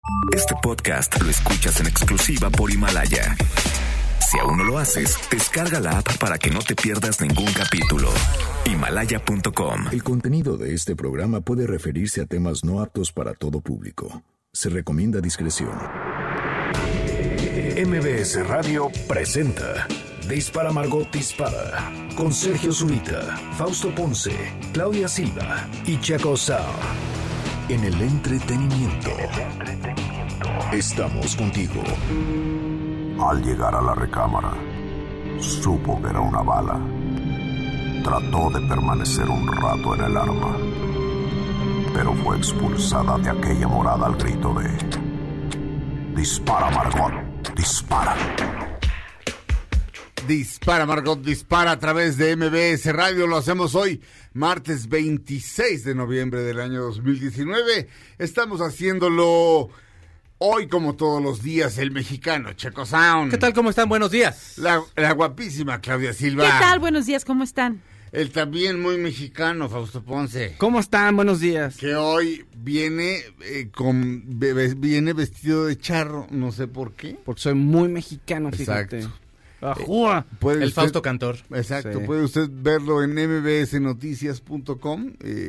Este podcast lo escuchas en exclusiva por Himalaya. Si aún no lo haces, descarga la app para que no te pierdas ningún capítulo. Himalaya.com. El contenido de este programa puede referirse a temas no aptos para todo público. Se recomienda discreción. MBS Radio presenta Dispara Margot Dispara con Sergio Zurita, Fausto Ponce, Claudia Silva y Chaco Sao. En el entretenimiento. Estamos contigo. Al llegar a la recámara, supo que era una bala. Trató de permanecer un rato en el arma, pero fue expulsada de aquella morada al grito de: ¡Dispara, Margot! ¡Dispara! Dispara, Margot, dispara a través de MBS Radio. Lo hacemos hoy, martes 26 de noviembre del año 2019. Estamos haciéndolo hoy, como todos los días, el mexicano Checo Sound. ¿Qué tal? ¿Cómo están? Buenos días. La guapísima Claudia Silva. ¿Qué tal? Buenos días, ¿cómo están? El también muy mexicano Fausto Ponce. ¿Cómo están? Buenos días. Que hoy viene viene vestido de charro, no sé por qué. Porque soy muy mexicano, fíjate. Exacto. El Fausto Cantor. Exacto, Sí. puede usted verlo en mbsnoticias.com.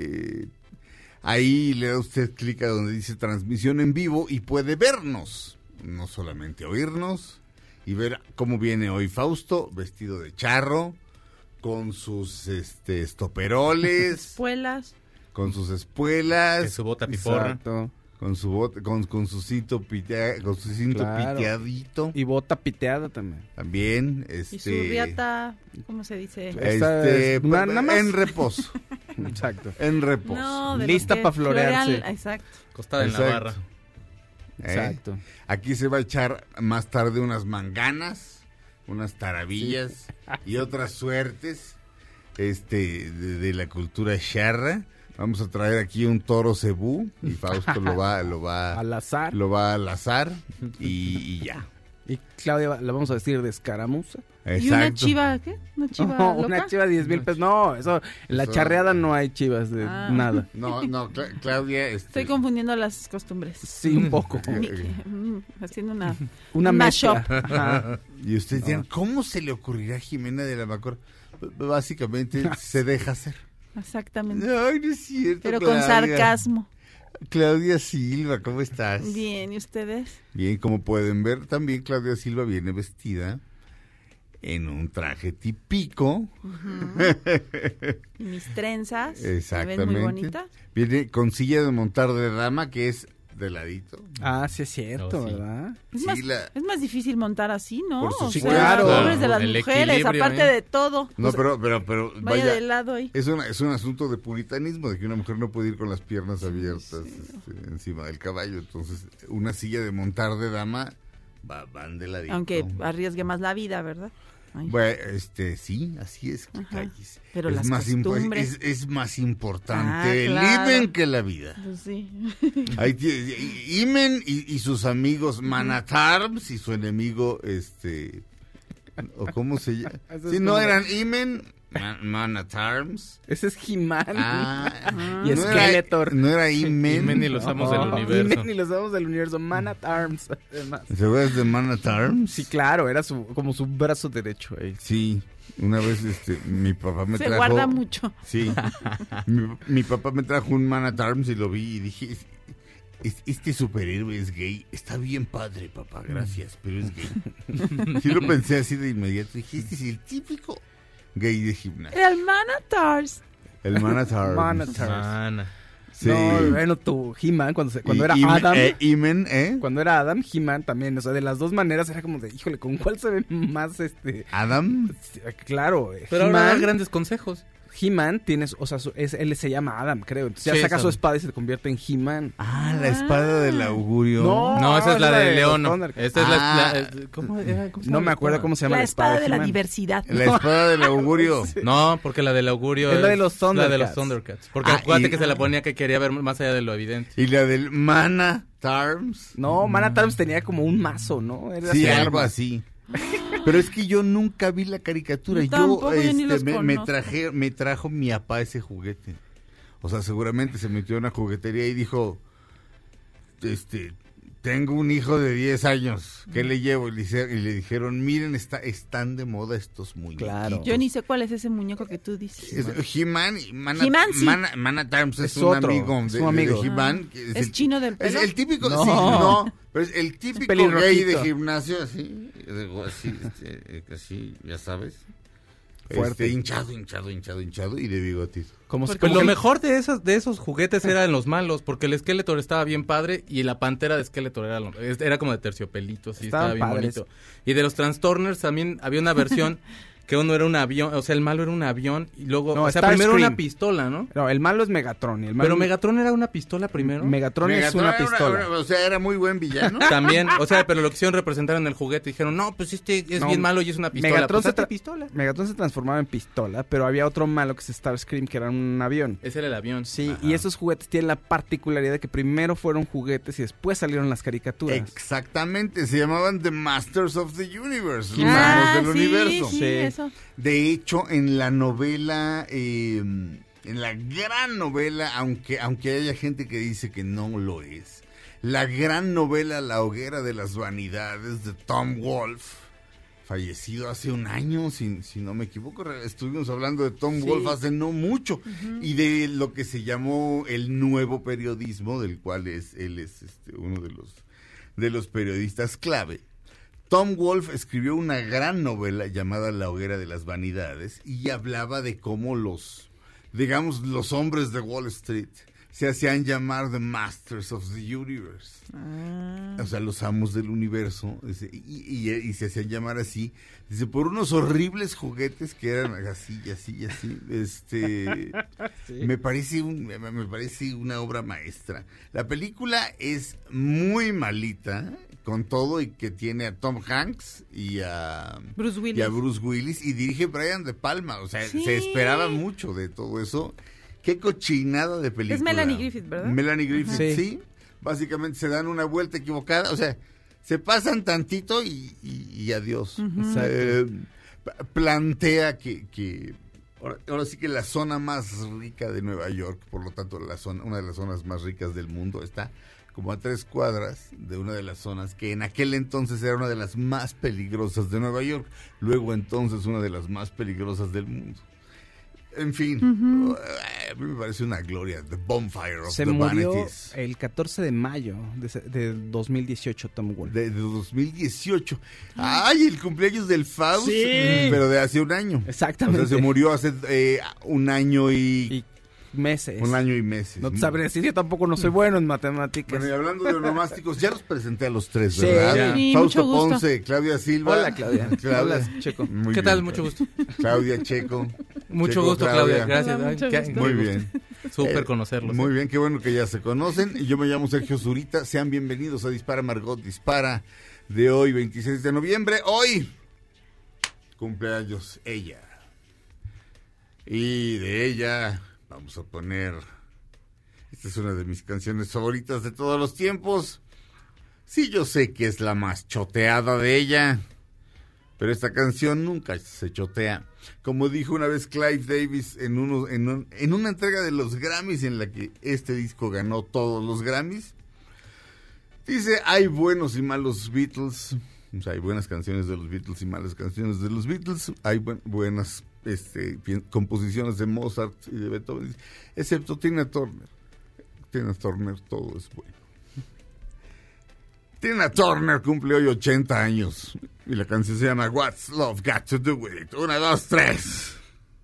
Ahí le da usted clic a donde dice transmisión en vivo y puede vernos, no solamente oírnos, y ver cómo viene hoy Fausto, vestido de charro, con sus estoperoles, Espuelas. con sus espuelas, Que su bota piporra. con Exacto. con su cinto Claro. piteadito. Y bota piteada también. También, Y su riata, ¿cómo se dice? Esta es nada más. en reposo. Exacto. En reposo. No, de Lista los que pa' florearse. Exacto. Costada en Exacto. Navarra. Exacto. Aquí se va a echar más tarde unas manganas, unas tarabillas y otras suertes de la cultura charra. Vamos a traer aquí un toro cebú y Fausto lo va Al azar. lo va a lazar y ya. Y Claudia la vamos a vestir de escaramuza. ¿Y una chiva qué? ¿Una chiva No, loca? una chiva 10,000 pesos. No, eso, en la Eso- charreada no hay chivas de nada. No, Claudia, Estoy confundiendo las costumbres. Sí, un poco. Haciendo una Una mashup. mezcla. Ajá. y ustedes dirán, ¿cómo se le ocurrirá a Jimena de la Macor? Básicamente se deja hacer. Exactamente. Ay, no es cierto, Pero con Claudia. sarcasmo. Claudia Silva, ¿cómo estás? Bien, ¿y ustedes? Bien, como pueden ver, también Claudia Silva viene vestida en un traje típico. Y mis trenzas. Se ven Exactamente. muy bonitas. Viene con silla de montar de dama, que es de ladito. Ah, sí es cierto, Oh, ¿verdad? Es, Sí, es más difícil montar así, ¿no? Por supuesto. O sea, Claro. pobres de las El mujeres, equilibrio, aparte de todo. No, pero Vaya de lado ahí. es un asunto de puritanismo, de que una mujer no puede ir con las piernas abiertas encima del caballo. Entonces, una silla de montar de dama van de ladito. Aunque arriesgue más la vida, ¿verdad? Ay. Bueno, sí, así es. Ajá. Calles. Pero es las más costumbres. es más importante el claro. imen que la vida. Pues sí. Ahí Imen y sus amigos Manatarms y su enemigo, o cómo se llama. Eso Si es no como- eran Imen, Manatarms. Ese es He-Man. Y Y Skeletor. No era Imen. Imen y los amos del universo. He-Man y los amos del universo. Man at Arms. Además. ¿Se acuerdas de Manatarms? Sí, claro, era como su brazo derecho. Sí, una vez mi papá me Se trajo. guarda mucho. Sí, mi papá me trajo un Man at Arms y lo vi y dije, este superhéroe es gay. Está bien padre, papá, gracias, pero es gay. Sí lo pensé así de inmediato. Dije, este es el típico gay de gimnasio. Era el Manatars. El Man at Arms. Man at Arms. Mana. Sí. No, bueno, tu He-Man, cuando era Imen, Adam. Imen, Cuando era Adam, He-Man también. O sea, de las dos maneras era como de, híjole, ¿con cuál se ve más Adam. Claro, Pero ahora da He-Man, grandes consejos. He-Man tienes, o sea, él se llama Adam, creo. Entonces Sí, ya saca es su Adam. espada y se convierte en He-Man. La espada del augurio. No, esa es la de los Leono. Thundercats. Esta es Ah. ¿Cómo se No llama me la acuerdo espada? cómo se llama La espada de la He-Man. diversidad. La espada del augurio. No, porque la del augurio Es la de los la de los Thundercats. Thundercats. Porque Ah, acuérdate y- que se la ponía que quería ver más allá de lo evidente. Y la del Manatarms. No, Man at Arms tenía como un mazo, ¿no? Era Sí, su algo arma. así. Pero es que yo nunca vi la caricatura. Yo tampoco, yo ni los me conozco. trajo mi papá ese juguete. O sea, seguramente se metió en una juguetería y dijo, tengo un hijo de 10 años, ¿qué le llevo? Y le dijeron, miren, están de moda estos muñequitos. Claro. Yo ni sé cuál es ese muñeco que tú dices. He-Man y He-Man, sí. Man at Arms es Es un otro, amigo es de, un amigo. de He-Man. ¿Es chino del pelo? Es el típico, No. sí, no, pero es el típico pelirrojito. gay de gimnasio, así, así, ya sabes. Fuerte. Hinchado y de bigotito. Como Pues lo mejor de esos juguetes eran los malos, porque el Skeletor estaba bien padre y la pantera de Skeletor era como de terciopelito, sí, estaba bien padres. bonito. Y de los Transtorners también había una versión que uno era un avión, o sea, el malo era un avión y luego, No, o sea, Starscream. primero una pistola, ¿no? No, el malo es Megatron. Y el malo... Pero Megatron era una pistola primero. Megatron es Megatron una era pistola. o sea, era muy buen villano. También, o sea, pero lo quisieron representar en el juguete. Dijeron, no, pues es No, bien malo y es una pistola. Megatron, Pues, se hazte pistola. Megatron se transformaba en pistola, pero había otro malo que es Starscream, que era un avión. Ese era el avión. Sí, Ajá. y esos juguetes tienen la particularidad de que primero fueron juguetes y después salieron las caricaturas. Exactamente, se llamaban The Masters of the Universe, los Ah, amos del sí, universo. sí, Sí. eso. De hecho, en la novela, en la gran novela, aunque haya gente que dice que no lo es, la gran novela La hoguera de las vanidades de Tom Wolfe, fallecido hace un año, si no me equivoco, estuvimos hablando de Tom Wolfe hace no mucho, y de lo que se llamó el nuevo periodismo, del cual él es uno de los periodistas clave. Tom Wolfe escribió una gran novela llamada La hoguera de las vanidades y hablaba de cómo los hombres de Wall Street se hacían llamar The Masters of the Universe. O sea, los amos del universo, dice, y se hacían llamar así, dice, por unos horribles juguetes que eran así y así y así. Me parece una obra maestra. La película es muy malita, con todo, y que tiene a Tom Hanks y a Bruce Willis. y a Bruce Willis, y dirige Brian De Palma. O sea, Sí. se esperaba mucho de todo eso. Qué cochinada de película. Es Melanie Griffith, ¿verdad? Melanie Griffith, Ajá. Sí. sí. Básicamente se dan una vuelta equivocada, o sea, se pasan tantito y adiós. Plantea que ahora sí que la zona más rica de Nueva York, por lo tanto una de las zonas más ricas del mundo, está como a 3 cuadras de una de las zonas que en aquel entonces era una de las más peligrosas de Nueva York, luego entonces una de las más peligrosas del mundo. En fin, a mí me parece una gloria, The Bonfire of Se the murió Vanities. el 14 de mayo de 2018 Tom Wolfe. De 2018. ¡Ay, el cumpleaños del Faust! Sí. Pero de hace un año. Exactamente. O sea, se murió hace un año y meses. un año y meses. No te sabré decir, yo tampoco no soy bueno en matemáticas. Bueno, y hablando de onomásticos, ya los presenté a los 3, Sí. ¿verdad? Sí, Fausto mucho gusto. Ponce, Claudia Silva. Hola, Claudia. Hola, Checo. Muy ¿Qué bien, tal? Mucho gusto. Claudia, Checo. Mucho Checo, gusto, Claudia. Gracias. Hola, mucho Ay, gusto. Muy bien. Súper conocerlos. Muy bien, qué bueno que ya se conocen. Yo me llamo Sergio Zurita. Sean bienvenidos a Dispara Margot Dispara de hoy, 26 de noviembre. Hoy, cumpleaños ella. Y de ella vamos a poner... Esta es una de mis canciones favoritas de todos los tiempos. Sí, yo sé que es la más choteada de ella, pero esta canción nunca se chotea. Como dijo una vez Clive Davis en una entrega de los Grammys en la que este disco ganó todos los Grammys, dice, hay buenos y malos Beatles, o sea, hay buenas canciones de los Beatles y malas canciones de los Beatles, hay buenas composiciones de Mozart y de Beethoven, excepto Tina Turner. Tina Turner, todo es bueno. Tina Turner cumple hoy 80 años y la canción se llama What's Love Got to Do With It. 1, 2, 3.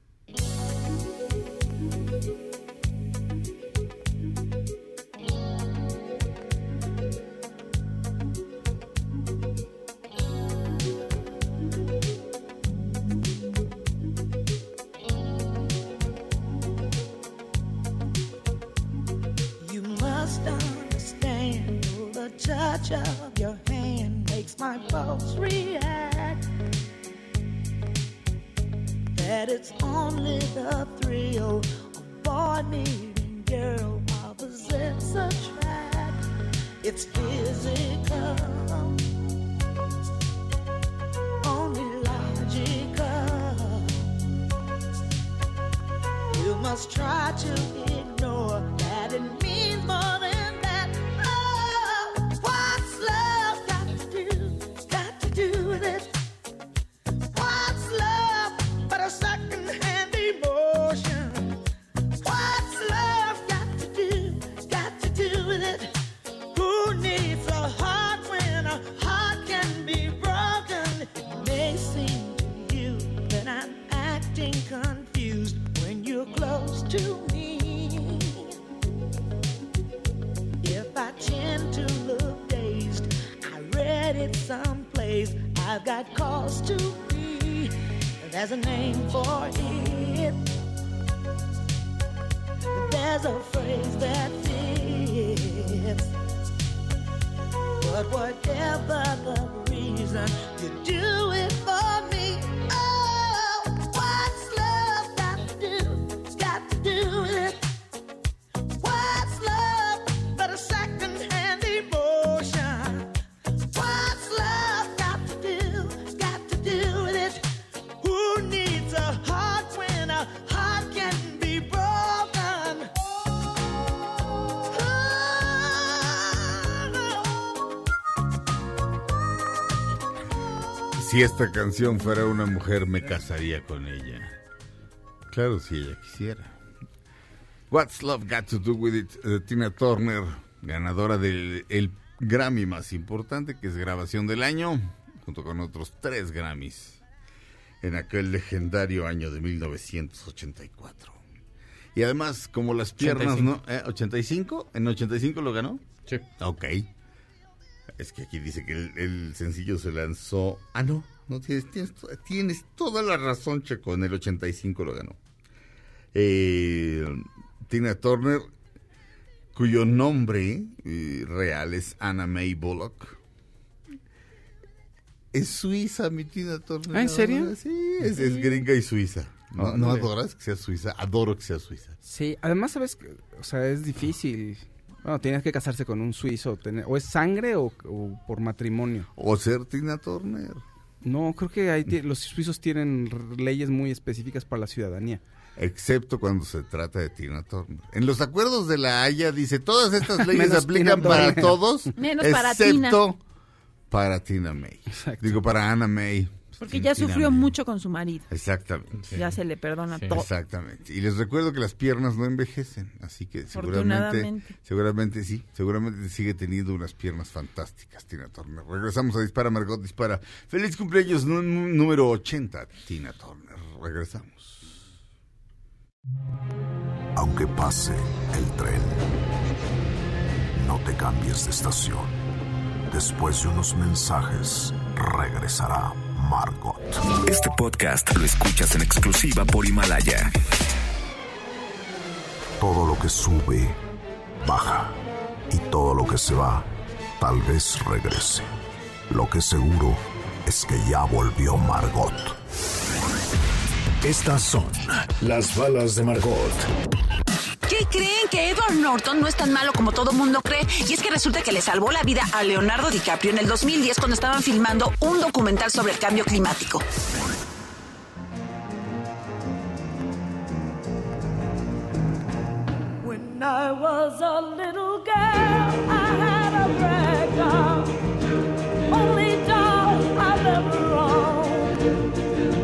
You must understand the touch of your hand makes my pulse react. That it's only the thrill of boy meeting girl opposites attract. It's physical, only logical. You must try to ignore that it means more than that. Oh, what's needs a heart when a heart can be broken? It may seem to you that I'm acting confused when you're close to me. If I tend to look dazed, I read it someplace, I've got cause to be. There's a name for it. There's a phrase that fits. But whatever the reason, you do it for me. Oh, what's love got to do? It's got to do with it. What's love but a second-hand emotion? What's love got to do? It's got to do with it. Who needs a heart when a heart can be broken? Si esta canción fuera una mujer, me casaría con ella. Claro, si ella quisiera. What's Love Got to Do With It? Tina Turner, ganadora del el Grammy más importante, que es Grabación del Año, junto con otros 3 Grammys, en aquel legendario año de 1984. Y además, como las piernas, 85. ¿no? ¿85? ¿En 85 lo ganó? Sí. Ok. Es que aquí dice que el sencillo se lanzó... Ah, no tienes toda la razón, Checo. En el 85 lo ganó. Tina Turner, cuyo nombre real es Anna Mae Bullock. Es suiza, mi Tina Turner. ¿Ah, en serio? Sí, es gringa y suiza. ¿No adoras que sea suiza? Adoro que sea suiza. Sí, además, ¿sabes? O sea, es difícil. Bueno, tienes que casarse con un suizo. O es sangre o por matrimonio. O ser Tina Turner. No, creo que los suizos tienen leyes muy específicas para la ciudadanía. Excepto cuando se trata de Tina Turner. En los acuerdos de la Haya dice, todas estas leyes aplican para todos, menos para excepto para Tina May. Exacto. Digo, para Anna May. Porque ya Tina sufrió May. mucho con su marido. Exactamente. Ya se le perdona todo. Exactamente. Y les recuerdo que las piernas no envejecen, así que seguramente sigue teniendo unas piernas fantásticas, Tina Turner. Regresamos a Dispara, Margot Dispara. Feliz cumpleaños número 80, Tina Turner. Regresamos. Aunque pase el tren, no te cambies de estación. Después de unos mensajes, regresará Margot. Este podcast lo escuchas en exclusiva por Himalaya. Todo lo que sube, baja. Y todo lo que se va, tal vez regrese. Lo que seguro es que ya volvió Margot. Estas son las balas de Margot. ¿Qué creen? Que Edward Norton no es tan malo como todo mundo cree. Y es que resulta que le salvó la vida a Leonardo DiCaprio en el 2010 cuando estaban filmando un documental sobre el cambio climático. When I was a little girl, I had a rag doll, only doll I've ever owned.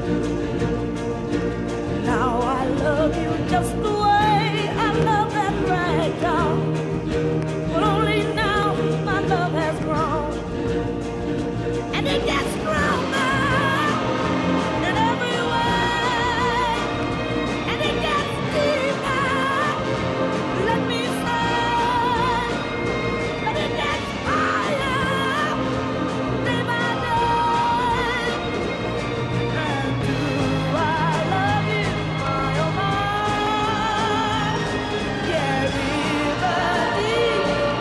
Now I love you just the way I love that rag doll, but only now my love has grown, and it gets stronger in every way, and it gets deeper. Let me say, but it gets higher day by day. And do I love you, my oh my? Yeah, river deep,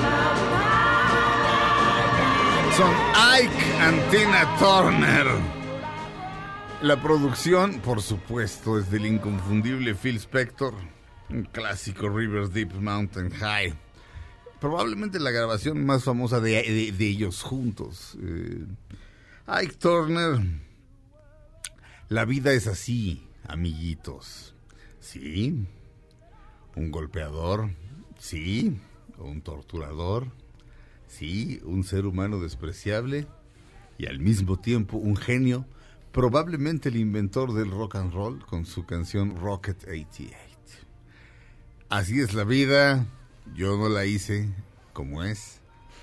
Son Ike and Tina Turner. La producción, por supuesto, es del inconfundible Phil Spector. Un clásico, River Deep, Mountain High. Probablemente la grabación más famosa de ellos juntos. Ike Turner. La vida es así, amiguitos. Sí. Un golpeador. Sí. Un torturador. Sí. Un ser humano despreciable. Y al mismo tiempo un genio. Probablemente el inventor del rock and roll con su canción Rocket 88. Así es la vida, yo no la hice como es,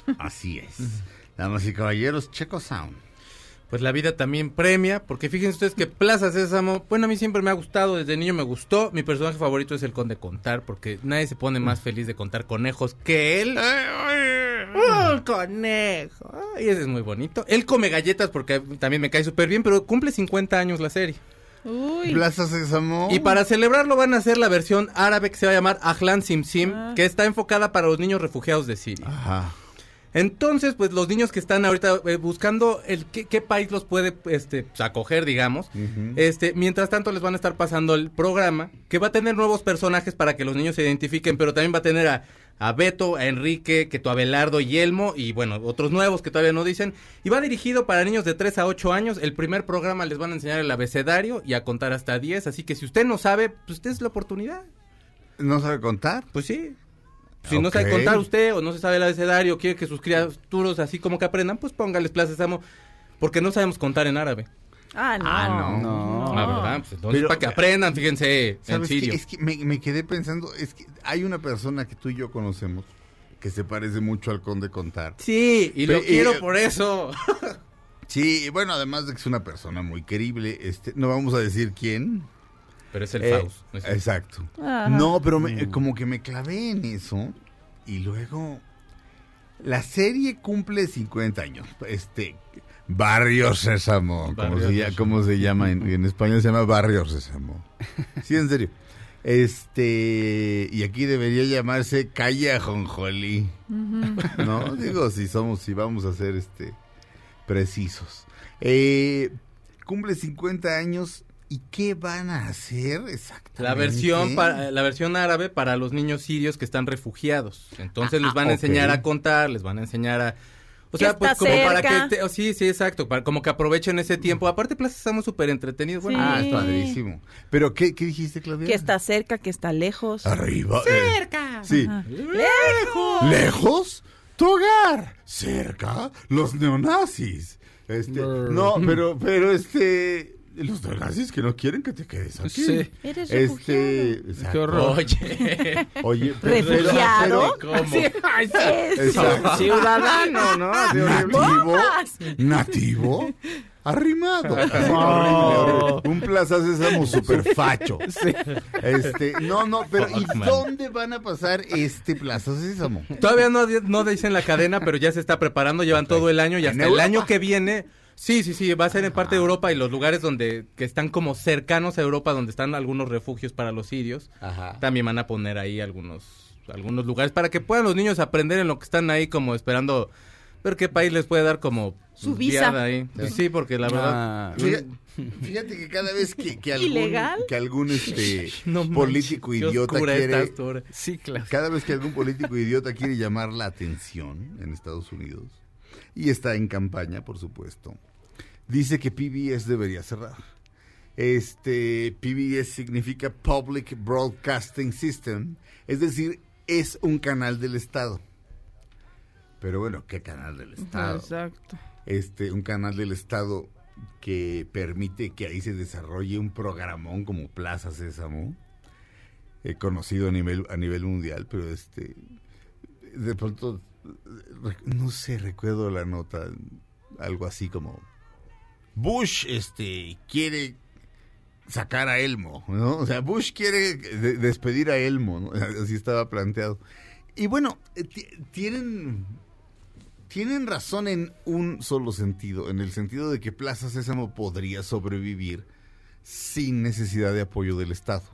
Así es. Damas y caballeros, Checo Sound. Pues la vida también premia, porque fíjense ustedes que Plaza Sésamo, bueno, a mí siempre me ha gustado, desde niño me gustó. Mi personaje favorito es el Conde Contar, porque nadie se pone más feliz de contar conejos que él. ¡Oh, conejo! Y ese es muy bonito. Él come galletas porque también me cae súper bien, pero cumple 50 años la serie. Uy. Plaza Sésamo. Y para celebrarlo van a hacer la versión árabe que se va a llamar Ahlan Sim Sim, que está enfocada para los niños refugiados de Siria. Ajá. Entonces, pues los niños que están ahorita buscando qué país los puede acoger, digamos, mientras tanto les van a estar pasando el programa, que va a tener nuevos personajes para que los niños se identifiquen, pero también va a tener a Beto, a Enrique, que tu Abelardo y Elmo, y bueno, otros nuevos que todavía no dicen, y va dirigido para niños de 3 a 8 años. El primer programa les van a enseñar el abecedario y a contar hasta 10, así que si usted no sabe, pues usted es la oportunidad. ¿No sabe contar? Pues sí. Si no sabe contar usted o no se sabe el abecedario, quiere que sus criaturas así como que aprendan, pues póngales Plaza Sésamo, porque no sabemos contar en árabe. No. La verdad, pues entonces para que aprendan, fíjense, en sirio. Es que me quedé pensando, es que hay una persona que tú y yo conocemos que se parece mucho al Conde Contar. Sí, y lo quiero por eso. Sí, bueno, además de que es una persona muy querible, no vamos a decir quién. Pero es el Faust. Exacto. Ajá. No, pero como que me clavé en eso y luego la serie cumple 50 años. Barrio Sésamo, como se llama en español, se llama Barrio Sésamo. Sí, en serio. Y aquí debería llamarse Calle Ajonjolí. No, digo, si vamos a ser precisos. Cumple 50 años. ¿Y qué van a hacer exactamente? La versión árabe para los niños sirios que están refugiados. Entonces les van a enseñar a contar, les van a enseñar a... O sea, pues como cerca. Para que... sí, exacto. Como que aprovechen ese tiempo. Aparte, Plaza estamos súper entretenidos. Bueno, Sí. Es padrísimo. ¿Pero qué dijiste, Claudia? Que está cerca, que está lejos. Arriba. ¡Cerca! Sí. ¡Lejos! ¿Lejos? Tu hogar. ¿Cerca? Los neonazis. No, pero los neonazis que no quieren que te quedes aquí. Sí. Eres refugiado. Qué horror. Oye, ¿Refugiado? ¿Cómo? Sí. Exacto. Ciudadano, ¿no? Nativo, arrimado. Horrible. Un Plaza Sésamo super facho. Sí. No, pero ¿y dónde van a pasar Plaza Sésamo? Todavía no dicen la cadena, pero ya se está preparando, llevan todo el año y hasta el año que viene... Sí, va a ser en parte de Europa y los lugares que están como cercanos a Europa, donde están algunos refugios para los sirios. Ajá. También van a poner ahí algunos lugares para que puedan los niños aprender en lo que están ahí como esperando ver qué país les puede dar como su visa ahí. Pues sí, porque la verdad... Fíjate que cada vez que algún no político manches, idiota quiere... Sí, claro. Cada vez que algún político idiota quiere llamar la atención en Estados Unidos, y está en campaña, por supuesto, dice que PBS debería cerrar. PBS significa Public Broadcasting System, es decir, es un canal del Estado. Pero bueno, ¿qué canal del Estado? Exacto. Un canal del Estado que permite que ahí se desarrolle un programón como Plaza Sésamo, conocido a nivel mundial, pero de pronto, no sé, recuerdo la nota, algo así como Bush quiere sacar a Elmo, ¿no? O sea, Bush quiere despedir a Elmo, ¿no? Así estaba planteado. Y bueno, tienen razón en un solo sentido, en el sentido de que Plaza Sésamo podría sobrevivir sin necesidad de apoyo del Estado.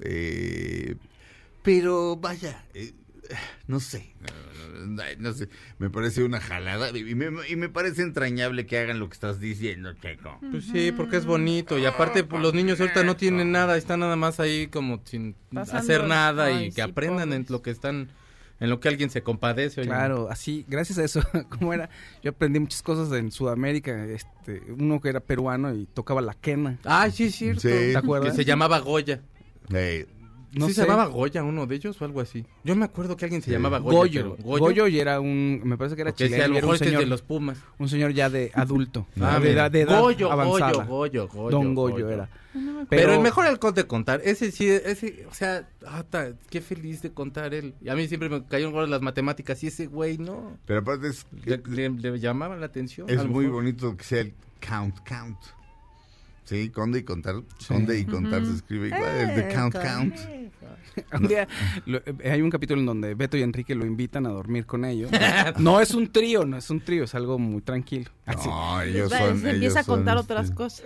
Pero vaya, no sé, me parece una jalada y me parece entrañable que hagan lo que estás diciendo, Checo. Pues sí, porque es bonito y aparte pues, los niños ahorita no tienen nada, están nada más ahí como sin hacer nada y que aprendan en lo que están... En lo que alguien se compadece. Oye. Claro, así, gracias a eso, ¿cómo era? Yo aprendí muchas cosas en Sudamérica, uno que era peruano y tocaba la quena. Ah, sí, es cierto. Sí. ¿Te acuerdas? Que se llamaba Goya. no ¿Sí sé. se llamaba Goya uno de ellos o algo así? Yo me acuerdo que alguien se llamaba Goya. Goyo y era me parece que era Porque chileno. a lo y era mejor un este es señor, de los Pumas. un señor ya de adulto. Ah, de edad Goyo, avanzada. Goyo. Don Goyo era. Pero el mejor halcón de contar, ese sí, o sea, qué feliz de contar él. Y a mí siempre me cayeron gordas las matemáticas y ese güey, no. Pero aparte Le llamaban la atención. es a lo muy mejor. bonito que sea el count. Sí, conde y contar se escribe igual, el de count. Un día hay un capítulo en donde Beto y Enrique lo invitan a dormir con ellos. No es un trío, es algo muy tranquilo. Así. No, ellos Se son... empieza a ellos son, contar otras cosas.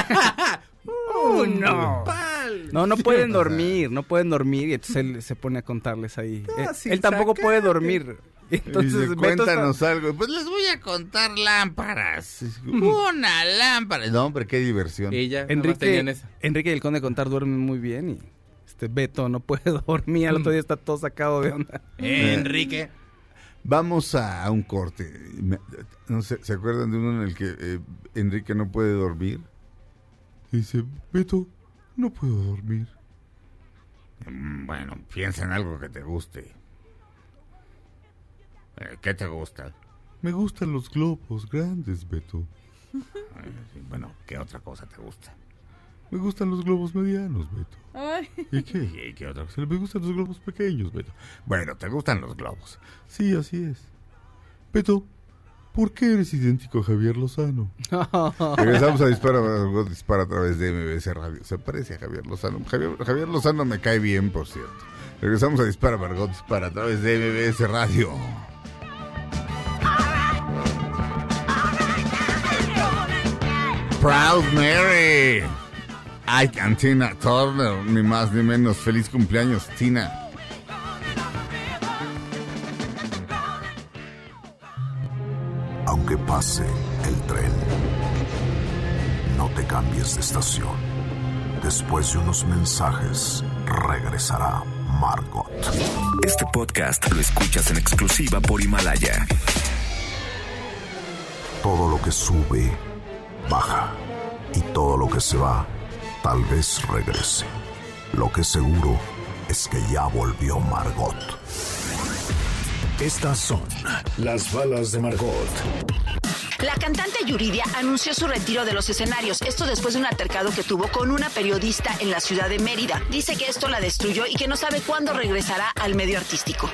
No. No pueden dormir, y entonces él se pone a contarles ahí. Él tampoco puede dormir. Entonces, dice, cuéntanos algo. Pues les voy a contar lámparas. Una lámpara. No, hombre, qué diversión. Ella, Enrique y el conde de contar duermen muy bien y Beto no puede dormir. Al otro día está todo sacado de onda. Enrique. Vamos a un corte. No sé, ¿se acuerdan de uno en el que Enrique no puede dormir? Dice, Beto, no puedo dormir. Bueno, piensa en algo que te guste. ¿Qué te gusta? Me gustan los globos grandes, Beto. Bueno, ¿qué otra cosa te gusta? Me gustan los globos medianos, Beto. Ay. ¿Y qué otra cosa? Me gustan los globos pequeños, Beto. Bueno, ¿te gustan los globos? Sí, así es. Beto, ¿por qué eres idéntico a Javier Lozano? Regresamos a Dispara a través de MBS Radio. Se parece a Javier Lozano. Javier Lozano me cae bien, por cierto. Regresamos a Dispara a través de MBS Radio. Proud Mary. Ay, Tina Turner, ni más ni menos. Feliz cumpleaños, Tina. Aunque pase el tren, no te cambies de estación. Después de unos mensajes, regresará Margot. Este podcast lo escuchas en exclusiva por Himalaya. Todo lo que sube, baja. Y todo lo que se va, tal vez regrese. Lo que seguro es que ya volvió Margot. Estas son las balas de Margot. La cantante Yuridia anunció su retiro de los escenarios, esto después de un altercado que tuvo con una periodista en la ciudad de Mérida. Dice que esto la destruyó y que no sabe cuándo regresará al medio artístico.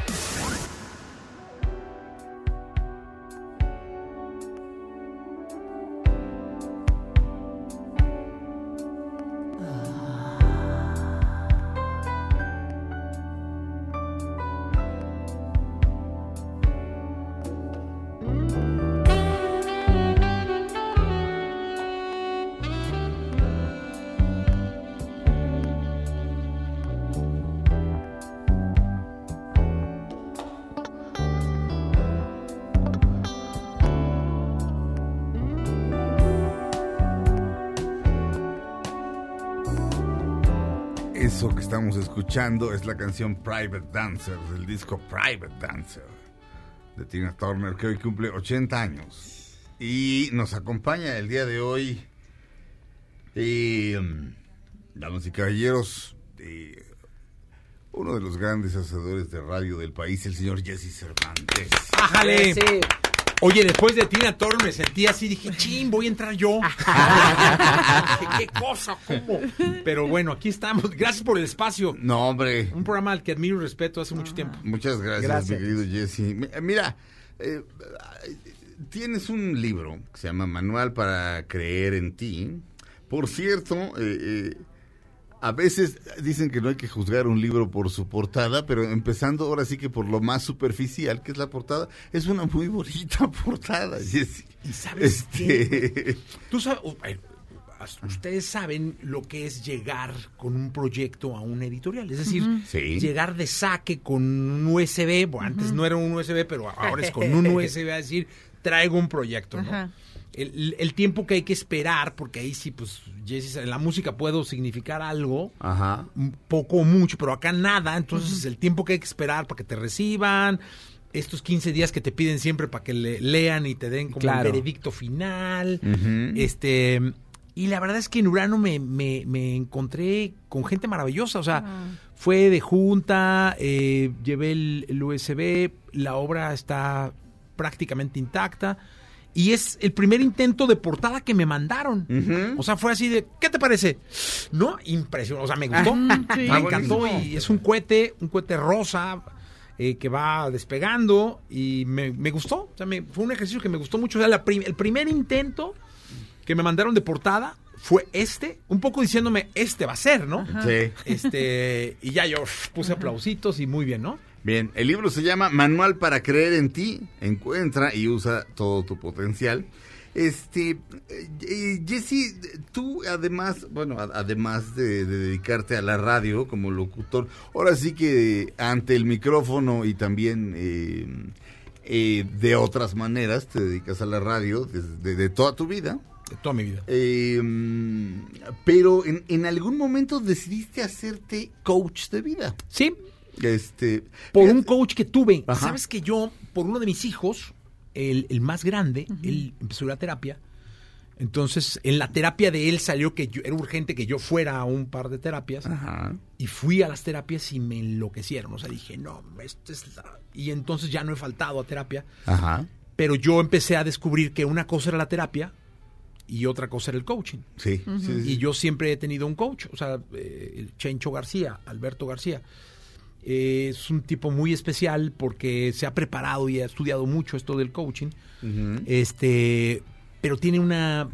Eso que estamos escuchando es la canción Private Dancer, del disco Private Dancer de Tina Turner, que hoy cumple 80 años. Y nos acompaña el día de hoy, damas y caballeros, uno de los grandes hacedores de radio del país, el señor Jesse Cervantes. ¡Ájale! Sí. Oye, después de Tina Turner me sentí así, dije, chin, voy a entrar yo. ¿Qué cosa? ¿Cómo? Pero bueno, aquí estamos. Gracias por el espacio. No, hombre. Un programa al que admiro y respeto hace mucho tiempo. Muchas gracias, mi querido Jesse. Mira, tienes un libro que se llama Manual para creer en ti. Por cierto, a veces dicen que no hay que juzgar un libro por su portada, pero empezando ahora sí que por lo más superficial, que es la portada, es una muy bonita portada, Jesse. ¿Y sabes qué? Tú sabes, ustedes saben lo que es llegar con un proyecto a una editorial, es decir, Sí. llegar de saque con un USB, bueno, antes no era un USB, pero ahora es con un USB, a decir, traigo un proyecto, ¿no? Ajá. El tiempo que hay que esperar, porque ahí sí, pues, Jesse, en la música puedo significar algo, Ajá. un poco o mucho, pero acá nada, entonces el tiempo que hay que esperar para que te reciban, estos 15 días que te piden siempre para que lean y te den como Claro. el veredicto final, Ujú. Y la verdad es que en Urano me encontré con gente maravillosa, o sea, fue de junta, llevé el USB, la obra está prácticamente intacta y es el primer intento de portada que me mandaron. O sea, fue así de, ¿qué te parece? No, impresionante, o sea, me gustó, Sí. me encantó y es un cohete rosa que va despegando y me gustó, o sea, fue un ejercicio que me gustó mucho, o sea, el primer intento que me mandaron de portada fue un poco diciéndome, va a ser, ¿no? Sí. Y ya yo puse aplausitos y muy bien, ¿no? Bien, el libro se llama Manual para creer en ti. Encuentra y usa todo tu potencial. Jesse, tú además de dedicarte a la radio como locutor, ahora sí que ante el micrófono y también de otras maneras te dedicas a la radio de toda tu vida. De toda mi vida. Pero en algún momento decidiste hacerte coach de vida. Sí. Por un coach que tuve. Ajá. Sabes que yo, por uno de mis hijos, el más grande, él empezó la terapia. Entonces, en la terapia de él salió que era urgente que yo fuera a un par de terapias. Ajá. Y fui a las terapias y me enloquecieron. O sea, dije, no, esto es Y entonces ya no he faltado a terapia. Ajá. Pero yo empecé a descubrir que una cosa era la terapia y otra cosa era el coaching. Sí, sí. Y yo siempre he tenido un coach, o sea, Chencho García, Alberto García. Es un tipo muy especial porque se ha preparado y ha estudiado mucho esto del coaching. Pero tiene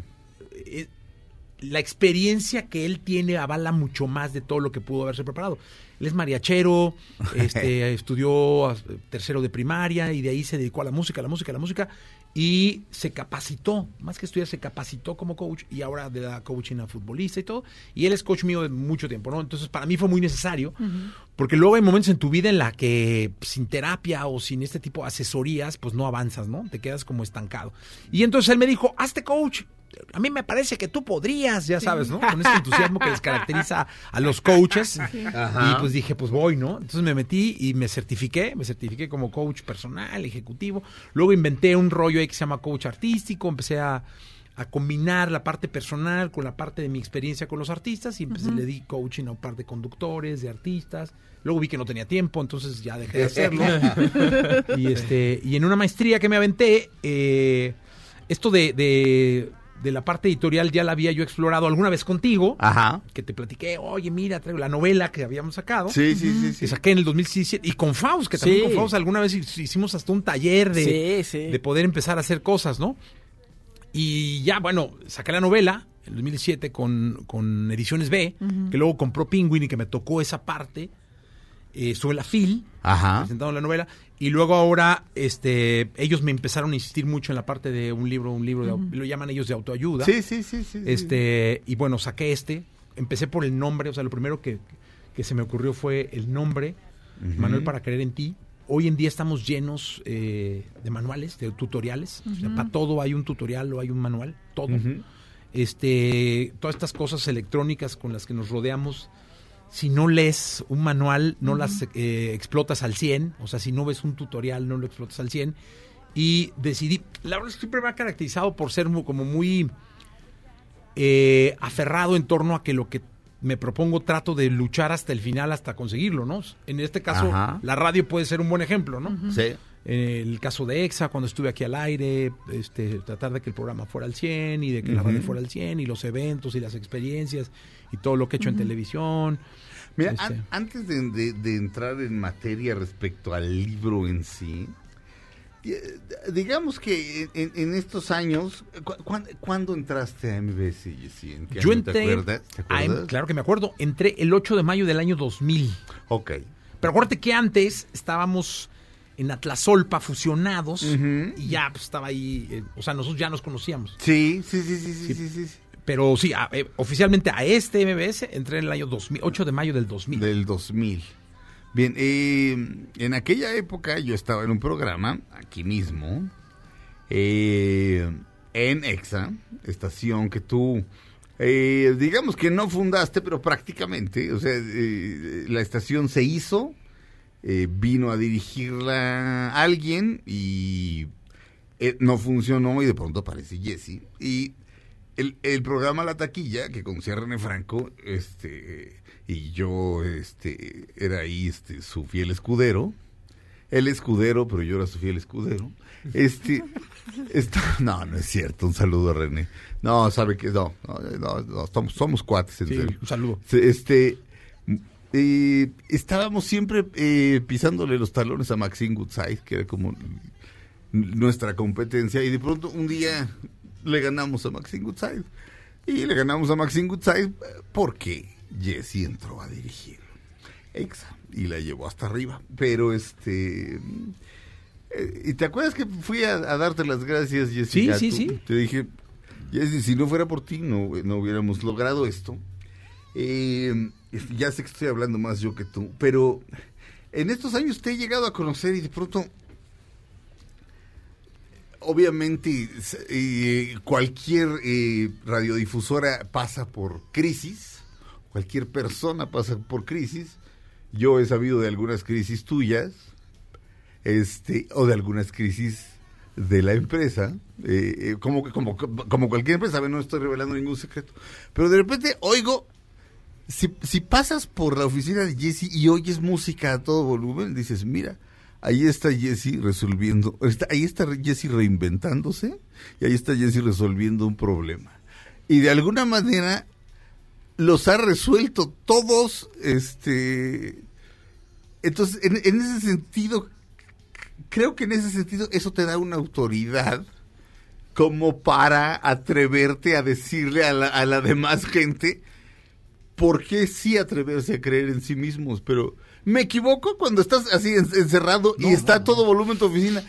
la experiencia que él tiene avala mucho más de todo lo que pudo haberse preparado. Él es mariachero, estudió tercero de primaria y de ahí se dedicó a la música y se capacitó, más que estudiar, se capacitó como coach y ahora le da coaching a futbolista y todo. Y él es coach mío de mucho tiempo, ¿no? Entonces para mí fue muy necesario porque luego hay momentos en tu vida en la que sin terapia o sin este tipo de asesorías, pues no avanzas, ¿no? Te quedas como estancado. Y entonces él me dijo, hazte coach. A mí me parece que tú podrías, ya sabes, ¿no? Con este entusiasmo que les caracteriza a los coaches. Ajá. Y pues dije, pues voy, ¿no? Entonces me metí y me certifiqué como coach personal, ejecutivo. Luego inventé un rollo ahí que se llama coach artístico, empecé a combinar la parte personal con la parte de mi experiencia con los artistas y le di coaching a un par de conductores, de artistas. Luego vi que no tenía tiempo, entonces ya dejé de hacerlo. Y en una maestría que me aventé, esto de la parte editorial ya la había yo explorado alguna vez contigo. Ajá. Que te platiqué, oye, mira, traigo la novela que habíamos sacado. Sí. Que saqué en el 2017. Y con Faust, que también con Faust alguna vez hicimos hasta un taller de poder empezar a hacer cosas, ¿no? Y ya, bueno, saqué la novela en el 2017 con Ediciones B, que luego compró Penguin y que me tocó esa parte. Estuve en la FIL, presentando la novela, y luego ahora ellos me empezaron a insistir mucho en la parte de un libro lo llaman ellos de autoayuda. Sí. Y bueno, saqué empecé por el nombre, o sea, lo primero que se me ocurrió fue el nombre, Manual para creer en ti. Hoy en día estamos llenos de manuales, de tutoriales, o sea, para todo hay un tutorial o hay un manual, todo. Todas estas cosas electrónicas con las que nos rodeamos, si no lees un manual, no las explotas al 100. O sea, si no ves un tutorial, no lo explotas al 100. Y decidí, la verdad es que siempre me ha caracterizado por ser muy aferrado en torno a que lo que me propongo trato de luchar hasta el final, hasta conseguirlo, ¿no? En este caso, la radio puede ser un buen ejemplo, ¿no? Sí. En el caso de EXA, cuando estuve aquí al aire, tratar de que el programa fuera al 100 y de que la radio fuera al 100 y los eventos y las experiencias y todo lo que he hecho en televisión. Mira, antes de entrar en materia respecto al libro en sí, digamos que en estos años, ¿cuándo entraste a MBS, Jesse? ¿En qué Yo año entré, ¿te acuerdas? claro que me acuerdo, entré el 8 de mayo del año 2000. Ok. Pero acuérdate que antes estábamos en Atlazolpa fusionados y ya pues, estaba ahí, o sea, nosotros ya nos conocíamos. Sí. Pero sí, oficialmente a MBS entré en el año 2000, 8 de mayo del 2000. Del 2000. Bien, en aquella época yo estaba en un programa, aquí mismo, en EXA, estación que tú, digamos que no fundaste, pero prácticamente, o sea, la estación se hizo, vino a dirigirla alguien y no funcionó y de pronto aparece Jesse y el programa La Taquilla, que conducía René Franco, y yo era ahí su fiel escudero. Él escudero, pero yo era su fiel escudero. No es cierto, un saludo a René. No, sabe que no, somos cuates. En serio. Un saludo. Estábamos siempre pisándole los talones a Maxine Goodside, que era como nuestra competencia, y de pronto un día le ganamos a Maxine Goodside. Y le ganamos a Maxine Goodside porque Jesse entró a dirigir Exa y la llevó hasta arriba. Pero ¿y te acuerdas que fui a darte las gracias, Jesse? Sí. Te dije, Jesse, si no fuera por ti no hubiéramos logrado esto. Ya sé que estoy hablando más yo que tú, pero en estos años te he llegado a conocer y de pronto, obviamente, cualquier radiodifusora pasa por crisis, cualquier persona pasa por crisis. Yo he sabido de algunas crisis tuyas, o de algunas crisis de la empresa, como cualquier empresa, no estoy revelando ningún secreto, pero de repente oigo. Si pasas por la oficina de Jesse y oyes música a todo volumen, dices, mira, ahí está Jesse resolviendo, ahí está Jesse reinventándose, y ahí está Jesse resolviendo un problema. Y de alguna manera los ha resuelto todos, entonces, en ese sentido, creo que en ese sentido eso te da una autoridad como para atreverte a decirle a la demás gente por qué sí atreverse a creer en sí mismos. Pero me equivoco cuando estás así encerrado y está todo volumen en tu oficina.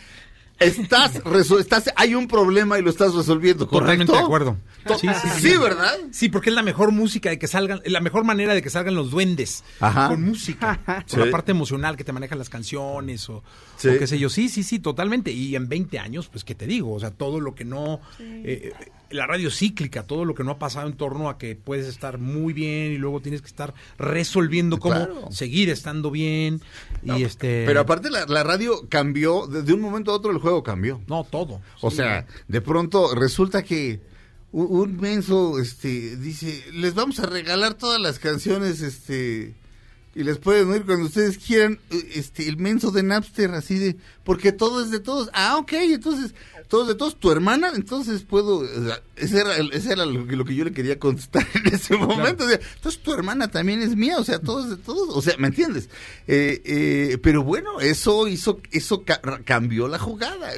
Hay un problema y lo estás resolviendo, ¿correcto? Totalmente de acuerdo. Sí, ¿verdad? Sí, porque es la mejor música de que salgan, la mejor manera de que salgan los duendes. Ajá. Con música, con la parte emocional que te manejan las canciones o qué sé yo. Sí, totalmente. Y en 20 años, pues, ¿qué te digo? O sea, todo lo que no... la radio cíclica, todo lo que no ha pasado en torno a que puedes estar muy bien y luego tienes que estar resolviendo cómo seguir estando bien. Pero aparte la radio cambió, de un momento a otro el juego cambió. No, todo. O sea, de pronto resulta que un menso dice, les vamos a regalar todas las canciones y les pueden oír cuando ustedes quieran, el menso de Napster, así de, porque todo es de todos. Ok, entonces, todos de todos, tu hermana, entonces puedo, ese era lo que yo le quería contestar en ese momento. Claro. O sea, entonces tu hermana también es mía, o sea, todos de todos, o sea, ¿me entiendes? Pero bueno, eso cambió la jugada.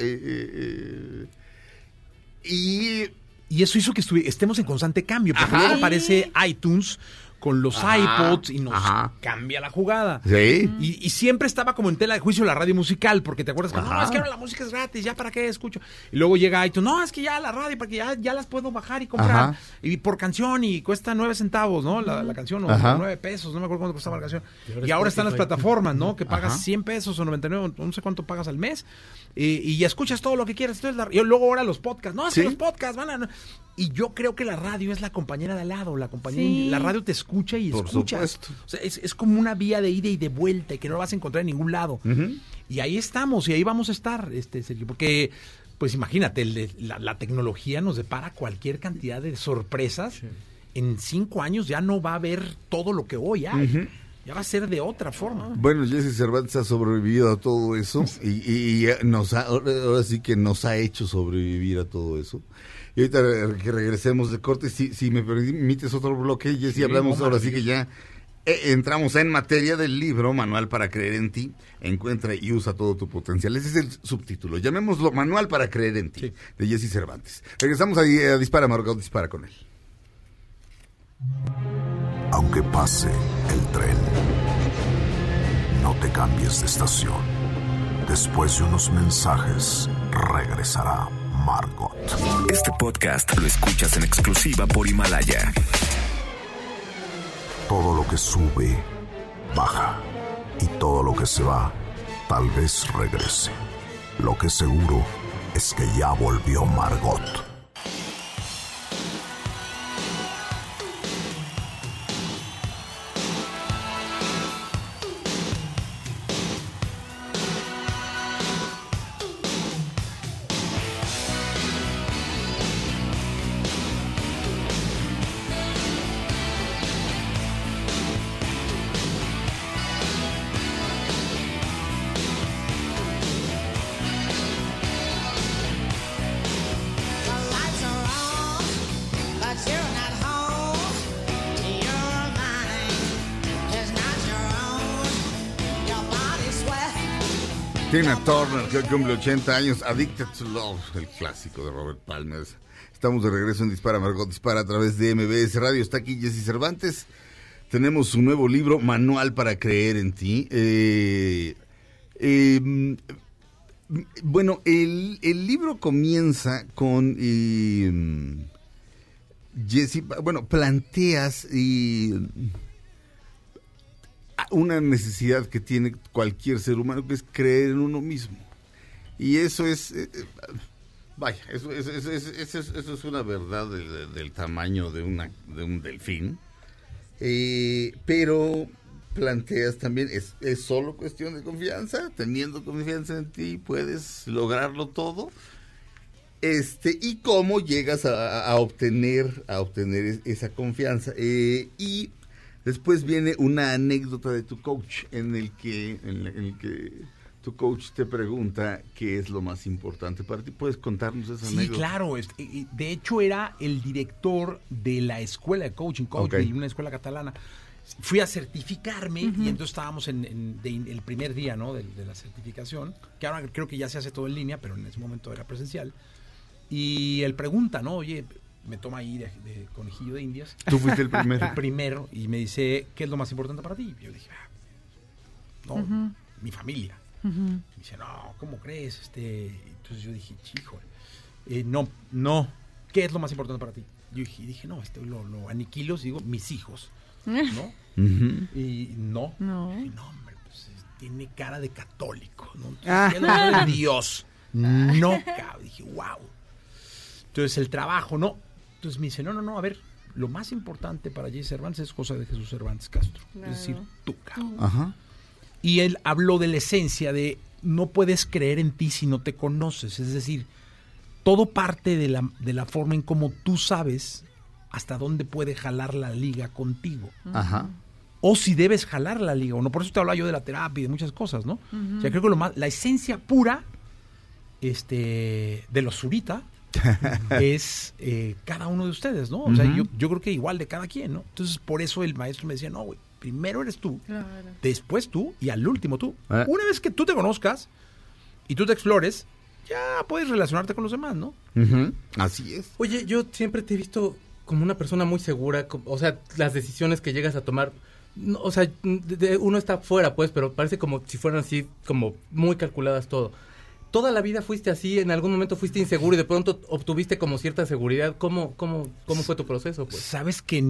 Y eso hizo que estemos en constante cambio, porque luego aparece iTunes con los iPods y nos cambia la jugada. Sí. Y siempre estaba como en tela de juicio la radio musical, porque te acuerdas que no, es que ahora la música es gratis, ya para qué escucho. Y luego llega iTunes, no, es que ya la radio, porque ya las puedo bajar y comprar. Y por canción, y cuesta 9 centavos, ¿no? La canción, o 9 pesos, no me acuerdo cuánto costaba la canción. Y ahora están las plataformas, ¿no? Que pagas 100 pesos o 99, no sé cuánto pagas al mes. Y ya escuchas todo lo que quieras. Entonces, y luego ahora los podcasts, no, es que los podcasts van a... Y yo creo que la radio es la compañera de al lado, la radio te escucha y por escuchas. Supuesto. O sea, es como una vía de ida y de vuelta y que no lo vas a encontrar en ningún lado. Y ahí estamos y ahí vamos a estar, Sergio, porque pues imagínate, la tecnología nos depara cualquier cantidad de sorpresas. En 5 años ya no va a haber todo lo que hoy hay. Ya va a ser de otra forma. Bueno, Jesse Cervantes ha sobrevivido a todo eso y ahora sí que nos ha hecho sobrevivir a todo eso. Y ahorita que regresemos de corte, si me permites otro bloque, Jesse, hablamos ahora sí que ya entramos en materia del libro Manual para creer en ti. Encuentra y usa todo tu potencial. Ese es el subtítulo. Llamémoslo Manual para creer en ti, de Jesse Cervantes. Regresamos a Dispara, Margot Dispara con él. Aunque pase el tren, no te cambies de estación. Después de unos mensajes, regresará Margot. Este podcast lo escuchas en exclusiva por Himalaya. Todo lo que sube, baja. Y todo lo que se va, tal vez regrese. Lo que seguro es que ya volvió Margot. Tina Turner, que hoy cumple 80 años, Addicted to Love, el clásico de Robert Palmer. Estamos de regreso en Dispara, Margot Dispara, a través de MBS Radio. Está aquí Jessy Cervantes. Tenemos su nuevo libro, Manual para creer en ti. Bueno, el libro comienza con... Jessy, bueno, planteas una necesidad que tiene cualquier ser humano, que es creer en uno mismo. Y eso es... vaya, eso es una verdad del tamaño de un delfín. Pero planteas también, es solo cuestión de confianza. Teniendo confianza en ti puedes lograrlo todo. Y cómo llegas a obtener esa confianza. Y después viene una anécdota de tu coach en el que tu coach te pregunta qué es lo más importante para ti. ¿Puedes contarnos esa anécdota? Sí, claro. De hecho, era el director de la escuela de coaching, Okay. una escuela catalana. Fui a certificarme y entonces estábamos en el primer día, ¿no? de la certificación, que ahora creo que ya se hace todo en línea, pero en ese momento era presencial. Y él pregunta, ¿no? Oye, me toma ahí de conejillo de indias. Tú fuiste el primero. El primero, y me dice, ¿qué es lo más importante para ti? Y yo dije, mi familia. Me dice, no, ¿cómo crees? Entonces yo dije, chico, no, ¿qué es lo más importante para ti? Yo dije, no, lo aniquilo, digo, mis hijos, ¿no? Y no, hombre, pues tiene cara de católico, ¿no? ¿Qué es lo de Dios? No, cabrón, dije, wow. Entonces el trabajo, no. Entonces me dice, no, a ver, lo más importante para Jessy Cervantes es José de Jesús Cervantes Castro. Claro. Es decir, tú, cabrón. Ajá. Y él habló de la esencia de no puedes creer en ti si no te conoces. Es decir, todo parte de la forma en cómo tú sabes hasta dónde puede jalar la liga contigo. Ajá. O si debes jalar la liga o no. Por eso te hablaba yo de la terapia y de muchas cosas, ¿no? O sea, creo que la esencia pura de los Zurita es cada uno de ustedes, ¿no? O sea, yo creo que igual de cada quien, ¿no? Entonces, por eso el maestro me decía, no, güey, primero eres tú, claro, después tú y al último tú. Una vez que tú te conozcas y tú te explores, ya puedes relacionarte con los demás, ¿no? Así es. Oye, yo siempre te he visto como una persona muy segura, o sea, las decisiones que llegas a tomar, no, o sea, uno está fuera, pues, pero parece como si fueran así, como muy calculadas todo. ¿Toda la vida fuiste así? ¿En algún momento fuiste inseguro y de pronto obtuviste como cierta seguridad? ¿Cómo fue tu proceso? Pues? Sabes que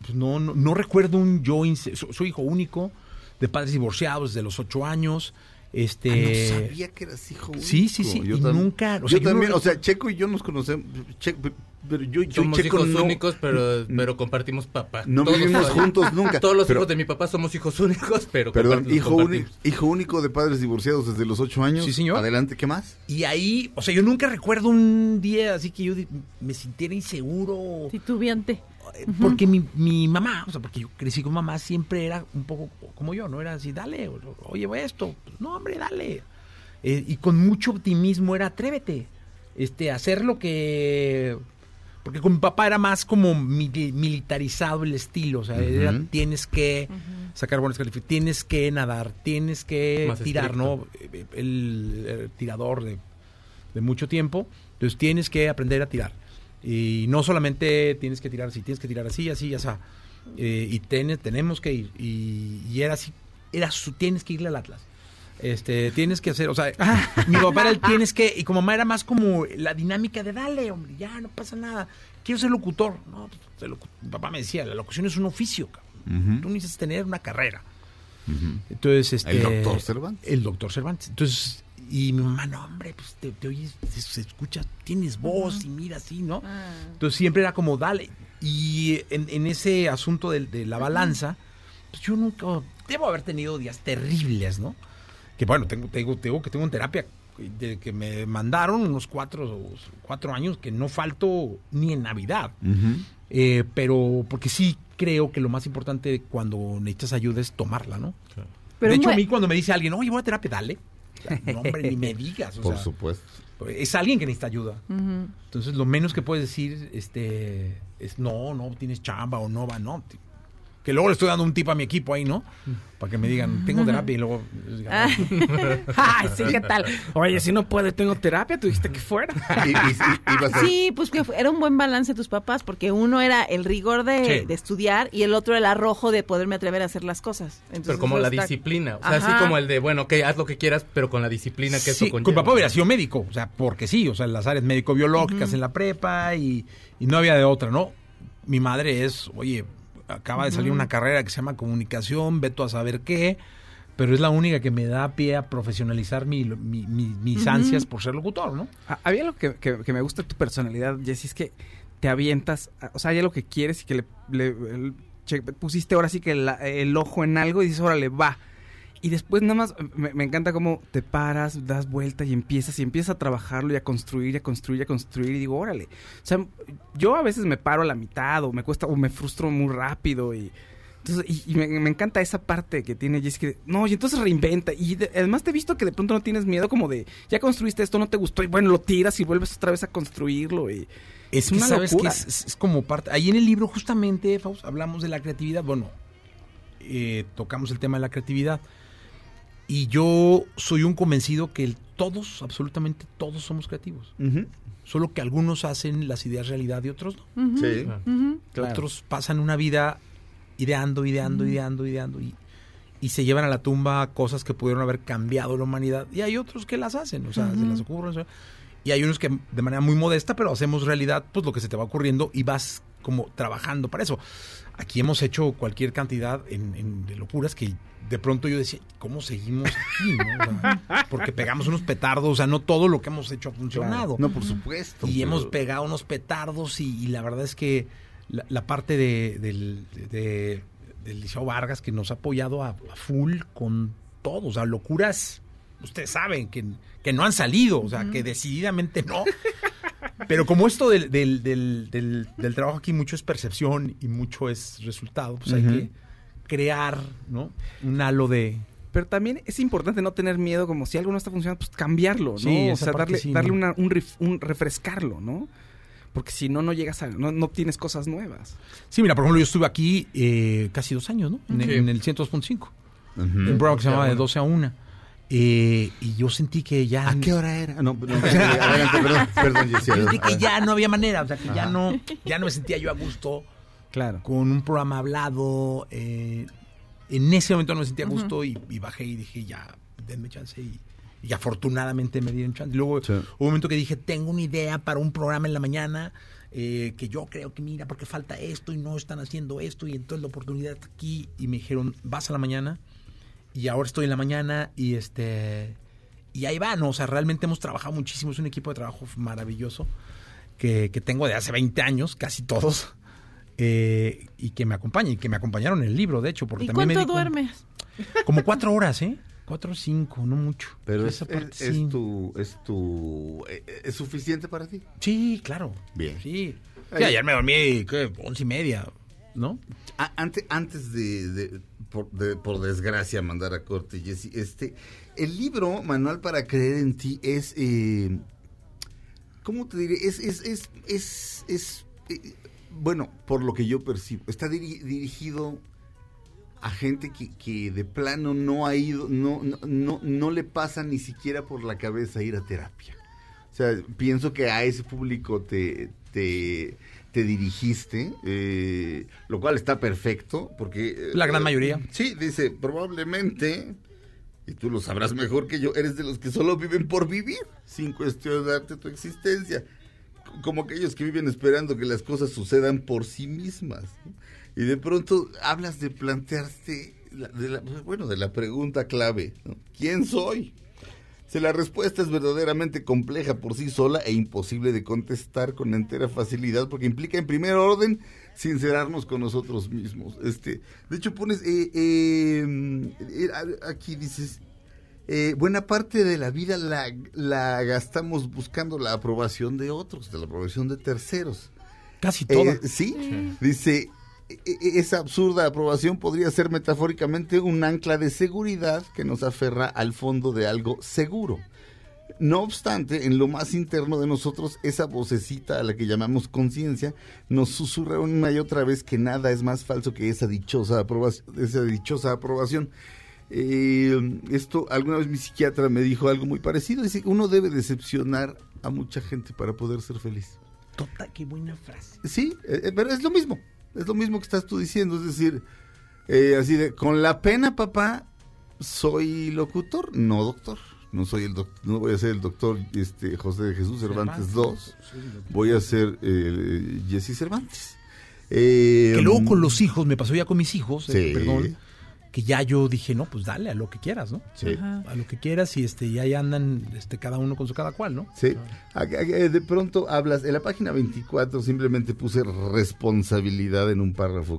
no recuerdo soy hijo único de padres divorciados desde los 8 años. No sabía que eras hijo único. Sí. Yo nunca. Yo también, o sea, Checo y yo nos conocemos. Pero yo somos Checo hijos únicos, pero compartimos papá. No vivimos juntos nunca. Todos los hijos de mi papá somos hijos únicos, pero perdón, hijo único de padres divorciados desde los 8 años. Sí, señor. Adelante, ¿qué más? Y ahí, o sea, yo nunca recuerdo un día así que yo me sintiera inseguro. Titubeante. Porque mi mamá, o sea, porque yo crecí con mamá, siempre era un poco como yo, ¿no? Era así, dale, oye, esto. No, hombre, dale. Y con mucho optimismo era, atrévete. Hacer lo que... Porque con mi papá era más como militarizado el estilo, o sea, tienes que sacar buenas calificaciones, tienes que nadar, tienes que más tirar, estricto. ¿no? El tirador de mucho tiempo, entonces tienes que aprender a tirar. Y no solamente tienes que tirar así, así, ya sea. Y tenemos que ir. Y era así, tienes que irle al Atlas. Tienes que hacer, o sea, mi papá era el tienes que, y como mamá era más como la dinámica de dale, hombre, ya no pasa nada. Quiero ser locutor. No, mi papá me decía, la locución es un oficio, cabrón. Tú necesitas tener una carrera. Entonces, el doctor Cervantes. El doctor Cervantes. Entonces, y mi mamá, no, hombre, pues te oyes, se escucha, tienes voz y mira así, ¿no? Entonces siempre era como, dale. Y en ese asunto de la balanza, pues yo nunca, debo haber tenido días terribles, ¿no? Que bueno, tengo en terapia, de que me mandaron unos 4 años que no falto ni en Navidad. Pero porque sí creo que lo más importante cuando necesitas ayuda es tomarla, ¿no? Claro. Pero de hecho, a mí cuando me dice alguien, oye, voy a terapia, dale. No, hombre, ni me digas. Por supuesto. Es alguien que necesita ayuda. Entonces, lo menos que puedes decir es no tienes chamba o no va, no. Que luego le estoy dando un tip a mi equipo ahí, ¿no? Para que me digan, tengo terapia y luego... Ay, sí, ¿qué tal? Oye, si no puede, tengo terapia, tú dijiste que fuera. Sí, pues que era un buen balance de tus papás, porque uno era el rigor de estudiar y el otro el arrojo de poderme atrever a hacer las cosas. Entonces, pero como la disciplina, o sea, así como el de, bueno, ok, haz lo que quieras, pero con la disciplina que eso conlleva. Con papá hubiera sido médico, o sea, porque sí, o sea, las áreas médico-biológicas en la prepa y no había de otra, ¿no? Mi madre es, oye... Acaba de salir una carrera que se llama comunicación, veto a saber qué, pero es la única que me da pie a profesionalizar mis ansias por ser locutor, ¿no? Había algo que me gusta de tu personalidad, Jessy, es que te avientas, o sea, hay algo que quieres y que pusiste ahora sí que el ojo en algo y dices, órale, va. Y después nada más me encanta cómo te paras, das vuelta y empiezas a trabajarlo y a construir y digo, órale. O sea, yo a veces me paro a la mitad o me cuesta o me frustro muy rápido y entonces y me encanta esa parte que tiene Jessy, no, y entonces reinventa y además te he visto que de pronto no tienes miedo como de, ya construiste esto, no te gustó y bueno, lo tiras y vuelves otra vez a construirlo y es que sabes locura. Que es como parte, ahí en el libro justamente, Faust, hablamos de la creatividad, bueno, tocamos el tema de la creatividad. Y yo soy un convencido que todos, absolutamente todos somos creativos. Solo que algunos hacen las ideas realidad y otros no. Sí. Claro. Otros pasan una vida ideando y se llevan a la tumba cosas que pudieron haber cambiado la humanidad. Y hay otros que las hacen, o sea, se las ocurren. Y hay unos que de manera muy modesta, pero hacemos realidad pues lo que se te va ocurriendo y vas como trabajando para eso. Aquí hemos hecho cualquier cantidad de locuras que de pronto yo decía, ¿cómo seguimos aquí? ¿No? O sea, porque pegamos unos petardos, o sea, no todo lo que hemos hecho ha funcionado. Claro. No, por supuesto. Y hemos pegado unos petardos y la verdad es que la parte del Liceo Vargas que nos ha apoyado a full con todo, o sea, locuras, ustedes saben que no han salido, o sea, que decididamente no. Pero como esto del trabajo aquí mucho es percepción y mucho es resultado, pues hay que crear, ¿no? Un halo de... Pero también es importante no tener miedo, como si algo no está funcionando, pues cambiarlo, ¿no? Sí, o sea, darle ¿no? un refrescarlo, ¿no? Porque si no llegas a... No obtienes cosas nuevas. Sí, mira, por ejemplo, yo estuve aquí casi 2 años, ¿no? En el 102.5. Un programa que se llamaba de 12 a 1. Y yo sentí que ya... ¿A qué hora era? No, adelante, perdón, Jessy. Yo sentí que ya no había manera, o sea, que ya no me sentía yo a gusto. Claro. Con un programa hablado. En ese momento no me sentía a gusto y bajé y dije, ya, denme chance. Y afortunadamente me dieron chance. Y luego hubo un momento que dije, tengo una idea para un programa en la mañana que yo creo que mira, porque falta esto y no están haciendo esto y entonces la oportunidad está aquí. Y me dijeron, vas a la mañana. Y ahora estoy en la mañana y ahí va, ¿no? O sea, realmente hemos trabajado muchísimo. Es un equipo de trabajo maravilloso que tengo de hace 20 años, casi todos. Y que me acompañan, y que me acompañaron en el libro, de hecho. Porque ¿Y también cuánto duermes? Como 4 horas, 4 o 5, no mucho. Pero esa parte sí. ¿Es suficiente para ti? Sí, claro. Bien. Sí. Ayer me dormí, 11:30, ¿no? Antes por desgracia, mandar a corte, Jessy, el libro Manual para creer en ti es, ¿cómo te diré? Bueno, por lo que yo percibo, está dirigido a gente que de plano no ha ido, no le pasa ni siquiera por la cabeza ir a terapia. O sea, pienso que a ese público te dirigiste, lo cual está perfecto, porque... La gran mayoría. Sí, dice, probablemente, y tú lo sabrás mejor que yo, eres de los que solo viven por vivir, sin cuestionarte tu existencia, como aquellos que viven esperando que las cosas sucedan por sí mismas, ¿no? Y de pronto hablas de plantearte, de la pregunta clave, ¿no? ¿Quién soy? Si la respuesta es verdaderamente compleja por sí sola e imposible de contestar con entera facilidad, porque implica en primer orden sincerarnos con nosotros mismos. De hecho pones, aquí dices, buena parte de la vida la gastamos buscando la aprobación de otros, de la aprobación de terceros. Casi toda. Sí, dice... Esa absurda aprobación podría ser metafóricamente un ancla de seguridad que nos aferra al fondo de algo seguro. No obstante, en lo más interno de nosotros, esa vocecita a la que llamamos conciencia nos susurra una y otra vez que nada es más falso que esa dichosa aprobación. Esto, alguna vez mi psiquiatra me dijo algo muy parecido. Dice, uno debe decepcionar a mucha gente para poder ser feliz. Total, qué buena frase. Sí, pero es lo mismo que estás tú diciendo. Es decir, así de, con la pena, papá, soy locutor, no doctor. No soy el doctor, no voy a ser el doctor José de Jesús Cervantes II, voy a ser Jesse Cervantes. Que luego con los hijos, me pasó ya con mis hijos, sí. Perdón, que ya yo dije, no, pues dale a lo que quieras, ¿no? Sí. A lo que quieras y ahí andan cada uno con su cada cual, ¿no? Sí. De pronto hablas, en la página 24 simplemente puse responsabilidad en un párrafo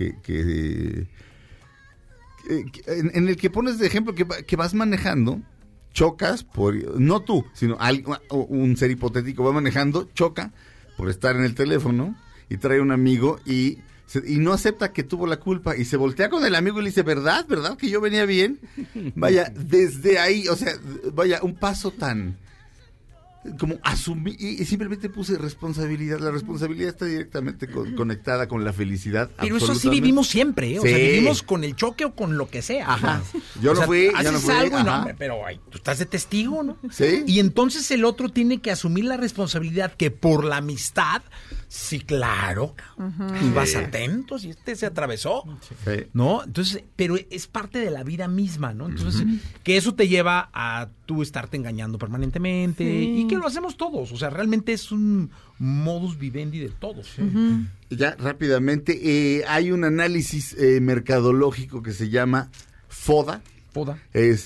en el que pones de ejemplo que vas manejando, chocas no tú, sino un ser hipotético va manejando, choca por estar en el teléfono y trae un amigo y no acepta que tuvo la culpa y se voltea con el amigo y le dice, ¿verdad que yo venía bien? Vaya, desde ahí, o sea, vaya, un paso tan como asumir, y simplemente puse responsabilidad. La responsabilidad está directamente conectada con la felicidad. Pero eso sí vivimos siempre, ¿eh? O sea, vivimos con el choque o con lo que sea. Ajá. Yo no fui. Haces algo y no, pero tú estás de testigo, ¿no? Sí. Y entonces el otro tiene que asumir la responsabilidad que por la amistad, sí, claro, tú vas atento, si se atravesó, sí. ¿no? Entonces, pero es parte de la vida misma, ¿no? Entonces, que eso te lleva a tú estarte engañando permanentemente y que lo hacemos todos, o sea, realmente es un modus vivendi de todos. Ya, rápidamente, hay un análisis mercadológico que se llama FODA. FODA.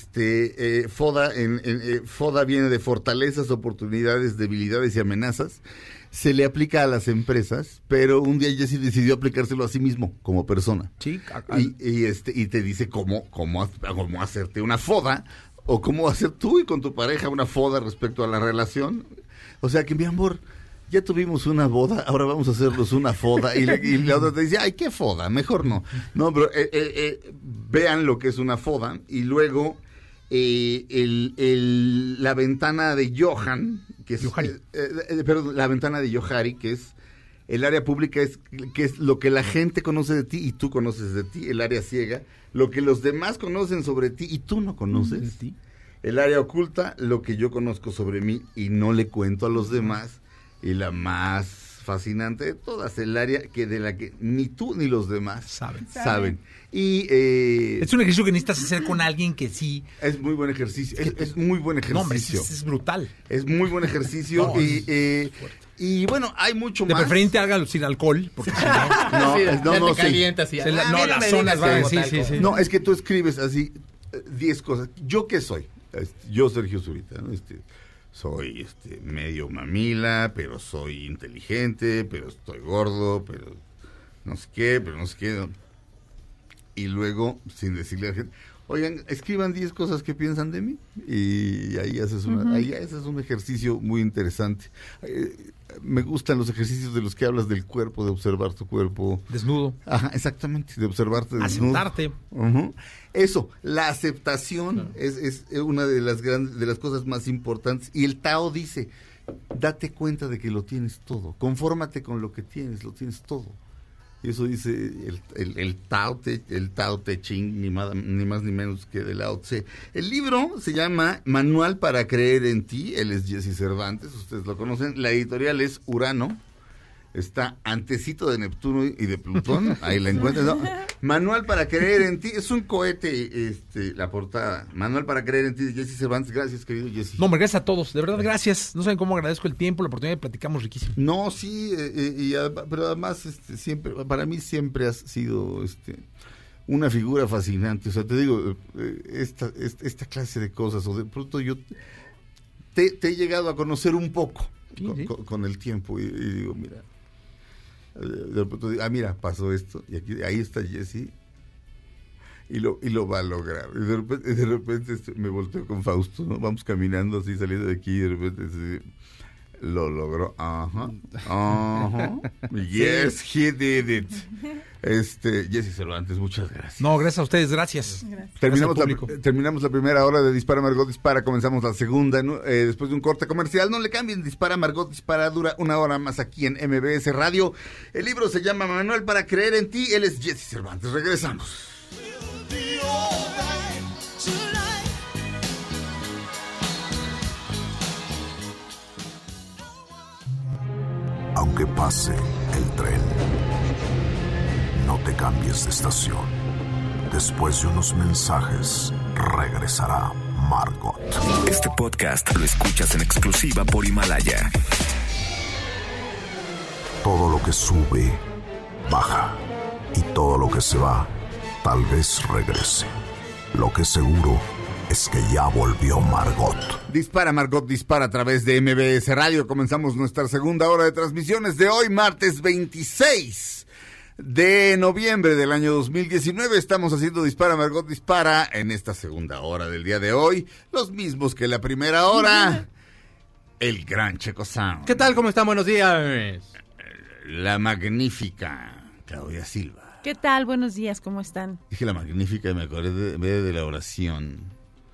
FODA viene de fortalezas, oportunidades, debilidades y amenazas. Se le aplica a las empresas, pero un día Jesse decidió aplicárselo a sí mismo como persona. Sí. Y te dice cómo hacerte una FODA o cómo hacer tú y con tu pareja una FODA respecto a la relación. O sea que, mi amor, ya tuvimos una boda, ahora vamos a hacernos una FODA. Y la otra te dice, ay, ¿qué FODA? Mejor no. No, pero vean lo que es una FODA. Y luego la ventana de Johan, que es la ventana de Johari, que es el área pública, que es lo que la gente conoce de ti y tú conoces de ti. El área ciega, lo que los demás conocen sobre ti y tú no conoces de ti. El área oculta, lo que yo conozco sobre mí y no le cuento a los demás. Y la más fascinante de todas, el área de la que ni tú ni los demás saben. Y es un ejercicio que necesitas hacer con alguien que sí. Es muy buen ejercicio. Es muy buen ejercicio. No, hombre, es brutal. Es muy buen ejercicio. Y bueno, hay mucho más. De preferente hágalo sin alcohol, porque si no calienta así. Las zonas van. Sí. No, es que tú escribes así 10 cosas. ¿Yo qué soy? Yo, Sergio Zurita, ¿no? Soy medio mamila, pero soy inteligente, pero estoy gordo, pero no sé qué. ¿No? Y luego, sin decirle a la gente, oigan, escriban 10 cosas que piensan de mí. Y ahí haces un ejercicio muy interesante. Me gustan los ejercicios de los que hablas del cuerpo, de observar tu cuerpo. Desnudo. Ajá, exactamente, de observarte desnudo. Aceptarte. Eso, la aceptación es una de las cosas más importantes. Y el Tao dice, date cuenta de que lo tienes todo. Confórmate con lo que tienes, lo tienes todo. Y eso dice el Tao Te Ching, ni más ni menos que de Lao Tse. El libro se llama Manual para creer en ti. Él es Jesse Cervantes, ustedes lo conocen. La editorial es Urano. Está antecito de Neptuno y de Plutón. Ahí la encuentras, ¿no? Manual para creer en ti. Es un cohete, la portada. Manual para creer en ti de Jesse Cervantes. Gracias, querido Jesse. No, hombre, gracias a todos. De verdad, gracias. No saben cómo agradezco el tiempo, la oportunidad de platicamos riquísimo. No, sí, pero además, siempre, para mí siempre has sido, una figura fascinante. O sea, te digo, esta clase de cosas, o de pronto yo te he llegado a conocer un poco con el tiempo y digo, mira, de pronto digo, mira, pasó esto y ahí está Jesse y lo va a lograr. Y de repente me volteo con Fausto, ¿no? Vamos caminando así, saliendo de aquí y de repente lo logró. Ajá. Yes, he did it. Jesse Cervantes, muchas gracias. No, gracias a ustedes, gracias. Terminamos la primera hora de Dispara Margot Dispara, comenzamos la segunda, después de un corte comercial. No le cambien, Dispara Margot Dispara dura una hora más aquí en MBS Radio. El libro se llama Manual para creer en ti, él es Jesse Cervantes, regresamos. Aunque pase el tren, no te cambies de estación. Después de unos mensajes, regresará Margot. Este podcast lo escuchas en exclusiva por Himalaya. Todo lo que sube, baja. Y todo lo que se va, tal vez regrese. Lo que seguro es que ya volvió Margot. Dispara Margot Dispara a través de MBS Radio. Comenzamos nuestra segunda hora de transmisiones de hoy, martes 26 de noviembre del año 2019. Estamos haciendo Dispara Margot Dispara en esta segunda hora del día de hoy. Los mismos que la primera hora. El gran Checo Sound. ¿Qué tal? ¿Cómo están? Buenos días. La magnífica Claudia Silva. ¿Qué tal? Buenos días, ¿cómo están? Dije la magnífica y me acordé de la oración.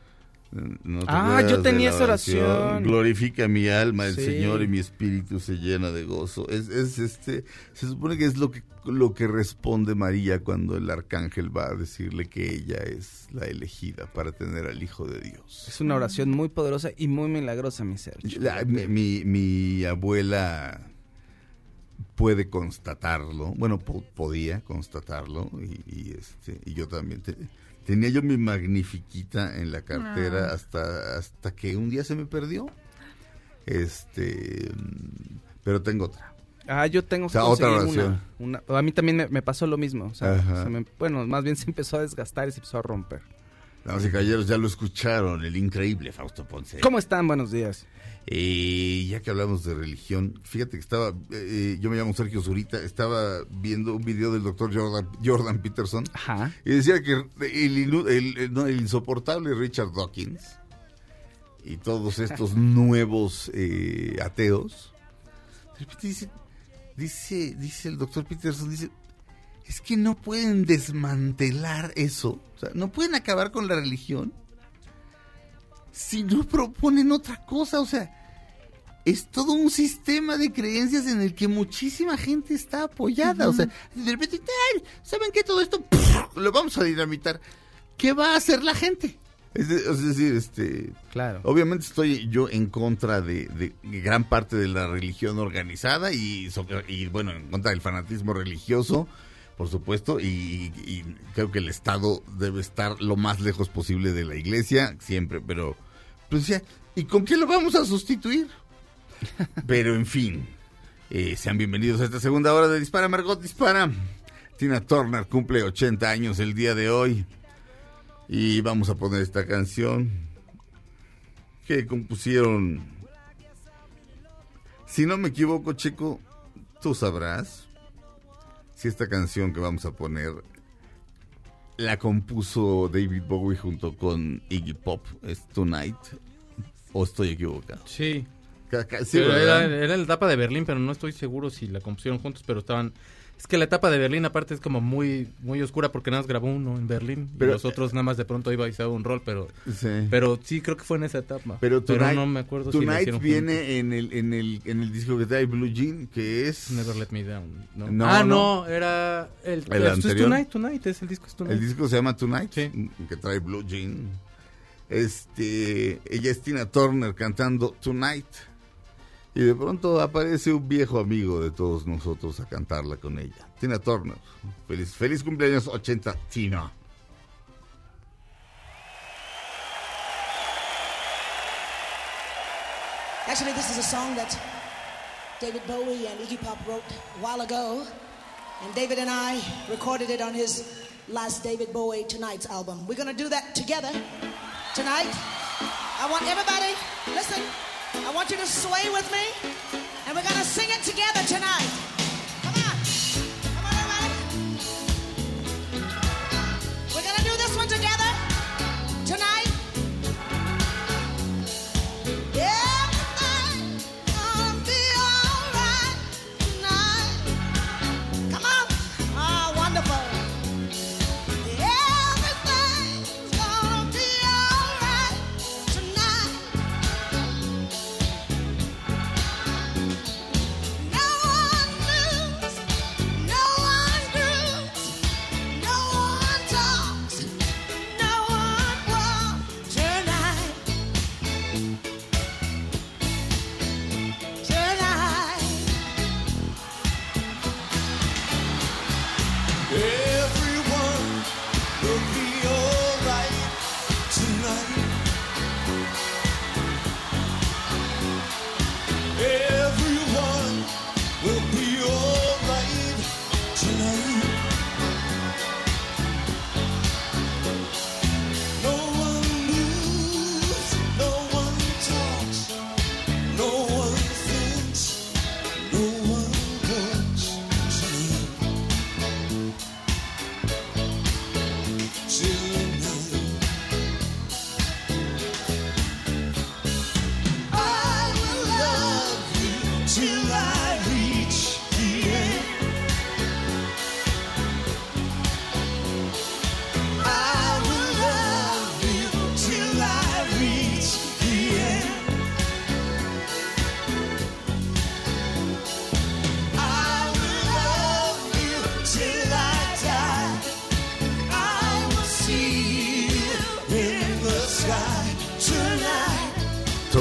Yo tenía esa oración. Glorifica mi alma el Sí. Señor y mi espíritu se llena de gozo. Se supone que es lo que responde María cuando el arcángel va a decirle que ella es la elegida para tener al Hijo de Dios. Es una oración muy poderosa y muy milagrosa, mi Sergio. Mi abuela puede constatarlo. Bueno, podía constatarlo y yo también tenía yo mi magnifiquita en la cartera hasta que un día se me perdió. Pero tengo otra. Yo tengo que otra conseguir oración. una. A mí también me pasó lo mismo. O sea, Ajá. más bien se empezó a desgastar y se empezó a romper. Damas y caballeros, ya lo escucharon, el increíble Fausto Ponce. ¿Cómo están? Buenos días. Ya que hablamos de religión, fíjate que yo me llamo Sergio Zurita, estaba viendo un video del doctor Jordan Peterson. Ajá. Y decía que el insoportable Richard Dawkins y todos estos nuevos ateos, de repente dice el doctor Peterson, es que no pueden desmantelar eso, o sea, no pueden acabar con la religión si no proponen otra cosa. O sea, es todo un sistema de creencias en el que muchísima gente está apoyada. Uh-huh. O sea, de repente, ¿saben qué? Todo esto lo vamos a dinamitar. ¿Qué va a hacer la gente? Es decir, claro. Obviamente estoy yo en contra de gran parte de la religión organizada y bueno, en contra del fanatismo religioso, por supuesto, y creo que el Estado debe estar lo más lejos posible de la Iglesia, siempre, pero pues ya, ¿y con qué lo vamos a sustituir? Pero en fin, sean bienvenidos a esta segunda hora de Dispara Margot Dispara. Tina Turner cumple 80 años el día de hoy y vamos a poner esta canción que compusieron, si no me equivoco, Checo, tú sabrás si esta canción que vamos a poner la compuso David Bowie junto con Iggy Pop, es Tonight, o estoy equivocado. Sí. Sí, era la etapa de Berlín, pero no estoy seguro si la compusieron juntos, pero estaban... Es que la etapa de Berlín aparte es como muy muy oscura porque nada más grabó uno en Berlín, pero los otros nada más de pronto iba y se daba un rol, pero sí creo que fue en esa etapa. Pero no me acuerdo si Tonight la viene en el disco que trae Blue Jean, que es Never Let Me Down. ¿No? No, era el anterior. Es Tonight, es el disco es Tonight. El disco se llama Tonight, sí, que trae Blue Jean. Ella es Tina Turner cantando Tonight. Y de pronto aparece un viejo amigo de todos nosotros a cantarla con ella. Tina Turner. Feliz cumpleaños 80, Tina. Actually, this is a song that David Bowie and Iggy Pop wrote a while ago. And David and I recorded it on his last David Bowie Tonight's album. We're going to do that together tonight. I want everybody, listen. I want you to sway with me, and we're going to sing it together tonight. Come on. Come on, everybody. We're going to do this one together tonight. Everything's gonna be all right tonight. Come on. Oh, wonderful.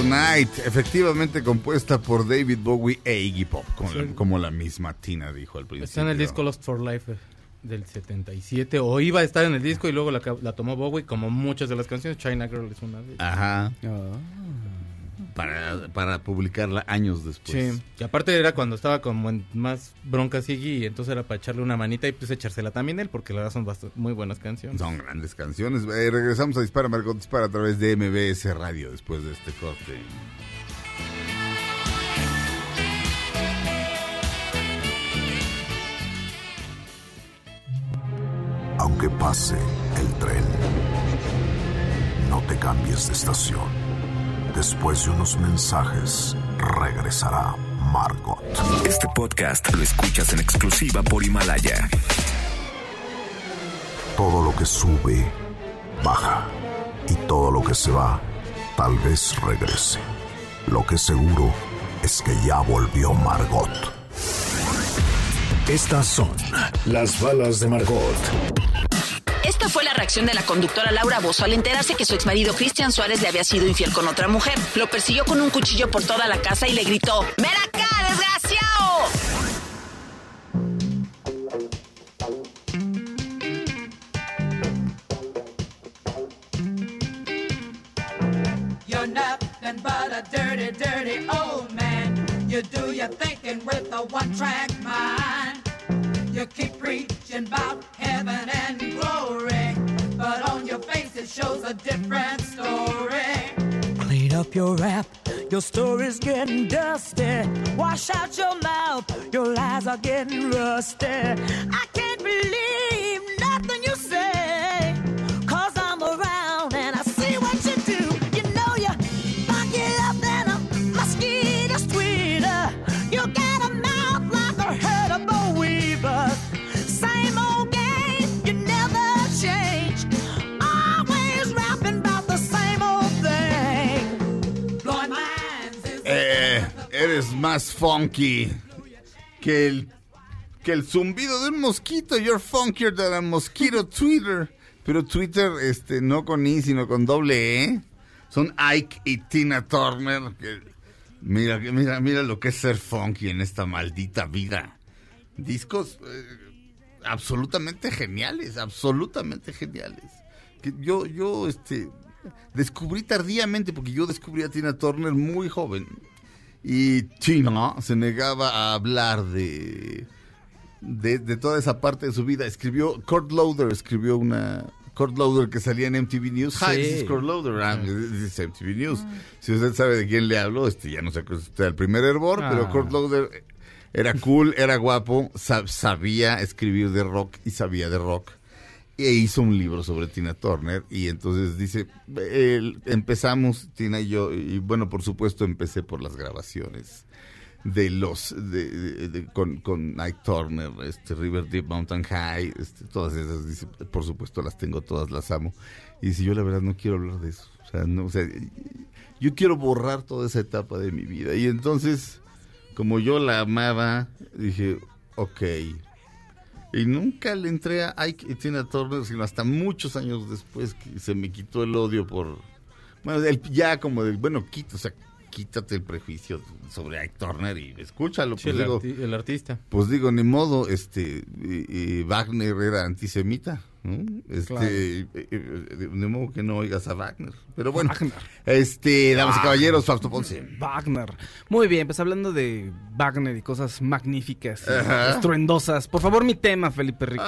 Tonight, efectivamente compuesta por David Bowie e Iggy Pop, como la misma Tina dijo al principio. Está en el disco Lost for Life del 77, o iba a estar en el disco y luego la tomó Bowie, como muchas de las canciones. China Girl es una de ellas. Ajá. Para publicarla años después. Sí, y aparte era cuando estaba como en más broncas Iggy, y entonces era para echarle una manita y pues echársela también él, porque la verdad son muy buenas canciones. Son grandes canciones. Regresamos a Dispara Margot Dispara a través de MBS Radio después de este corte. Aunque pase el tren, no te cambies de estación. Después de unos mensajes, regresará Margot. Este podcast lo escuchas en exclusiva por Himalaya. Todo lo que sube, baja. Y todo lo que se va, tal vez regrese. Lo que seguro es que ya volvió Margot. Estas son las balas de Margot. Esta fue la reacción de la conductora Laura Bozzo al enterarse que su exmarido Cristian Suárez le había sido infiel con otra mujer. Lo persiguió con un cuchillo por toda la casa y le gritó: ¡Ven acá, desgraciado! You're nothing but a dirty, dirty old man. You do your thinking with a one-track mind. You keep preaching about heaven and glory, but on your face it shows a different story. Clean up your rap, your story's getting dusty. Wash out your mouth, your lies are getting rusty. I can't believe nothing you say, 'cause I'm around and I see what you do. You know you fuck it up than a mosquito's tweeter. You got a mouth like a herd of boll weavers. Same old game, you never change. Always rapping about the same old thing. Blowing minds is Eres más funky que el zumbido de un mosquito. You're funkier than a mosquito Twitter. Pero Twitter, no con I, sino con doble E. Son Ike y Tina Turner. Mira lo que es ser funky en esta maldita vida. Discos absolutamente geniales. Que yo descubrí tardíamente, porque yo descubrí a Tina Turner muy joven. Y Tina se negaba a hablar de toda esa parte de su vida. Kurt Loder escribió Kurt Loder que salía en MTV News. Sí. Hi, this is Kurt Loder. This is MTV News. Si usted sabe de quién le hablo, ya no sé si usted el primer hervor, pero Kurt Loder era cool, era guapo, sabía escribir de rock y sabía de rock. E hizo un libro sobre Tina Turner, y entonces dice, empezamos Tina y yo, y bueno, por supuesto empecé por las grabaciones con Ike Turner, River Deep Mountain High, todas esas, dice, por supuesto las tengo todas, las amo. Y dice, yo la verdad no quiero hablar de eso, yo quiero borrar toda esa etapa de mi vida. Y entonces, como yo la amaba, dije, ok. Y nunca le entré a Ike y Tina Turner, sino hasta muchos años después que se me quitó el odio por... Bueno, quítate el prejuicio sobre Ike Turner y escúchalo. Sí, pues el artista. Pues digo, ni modo, Wagner era antisemita, ¿no? Claro. Ni modo que no oigas a Wagner. Pero bueno, damas y caballeros, Fausto Ponce. Wagner. Muy bien, pues hablando de Wagner y cosas magníficas, Ajá. estruendosas. Por favor, mi tema, Felipe Rico.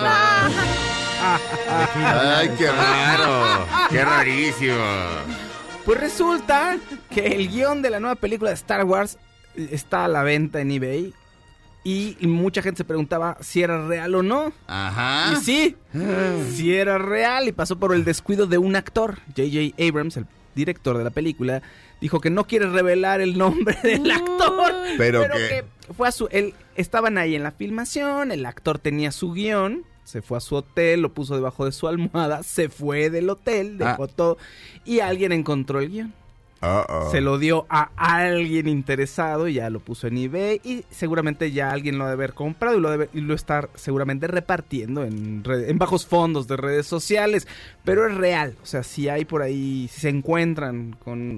Ay, qué raro, qué rarísimo. Pues resulta que el guión de la nueva película de Star Wars está a la venta en eBay. Y mucha gente se preguntaba si era real o no. Ajá. Y sí, sí era real. Y pasó por el descuido de un actor. J.J. Abrams, el director de la película, dijo que no quiere revelar el nombre del actor. Pero que fue estaban ahí en la filmación, el actor tenía su guión, se fue a su hotel, lo puso debajo de su almohada, se fue del hotel, dejó todo, y alguien encontró el guión. Se lo dio a alguien interesado, ya lo puso en eBay y seguramente ya alguien lo ha de haber comprado y lo está seguramente repartiendo en bajos fondos de redes sociales, pero es real, o sea, si hay por ahí, si se encuentran con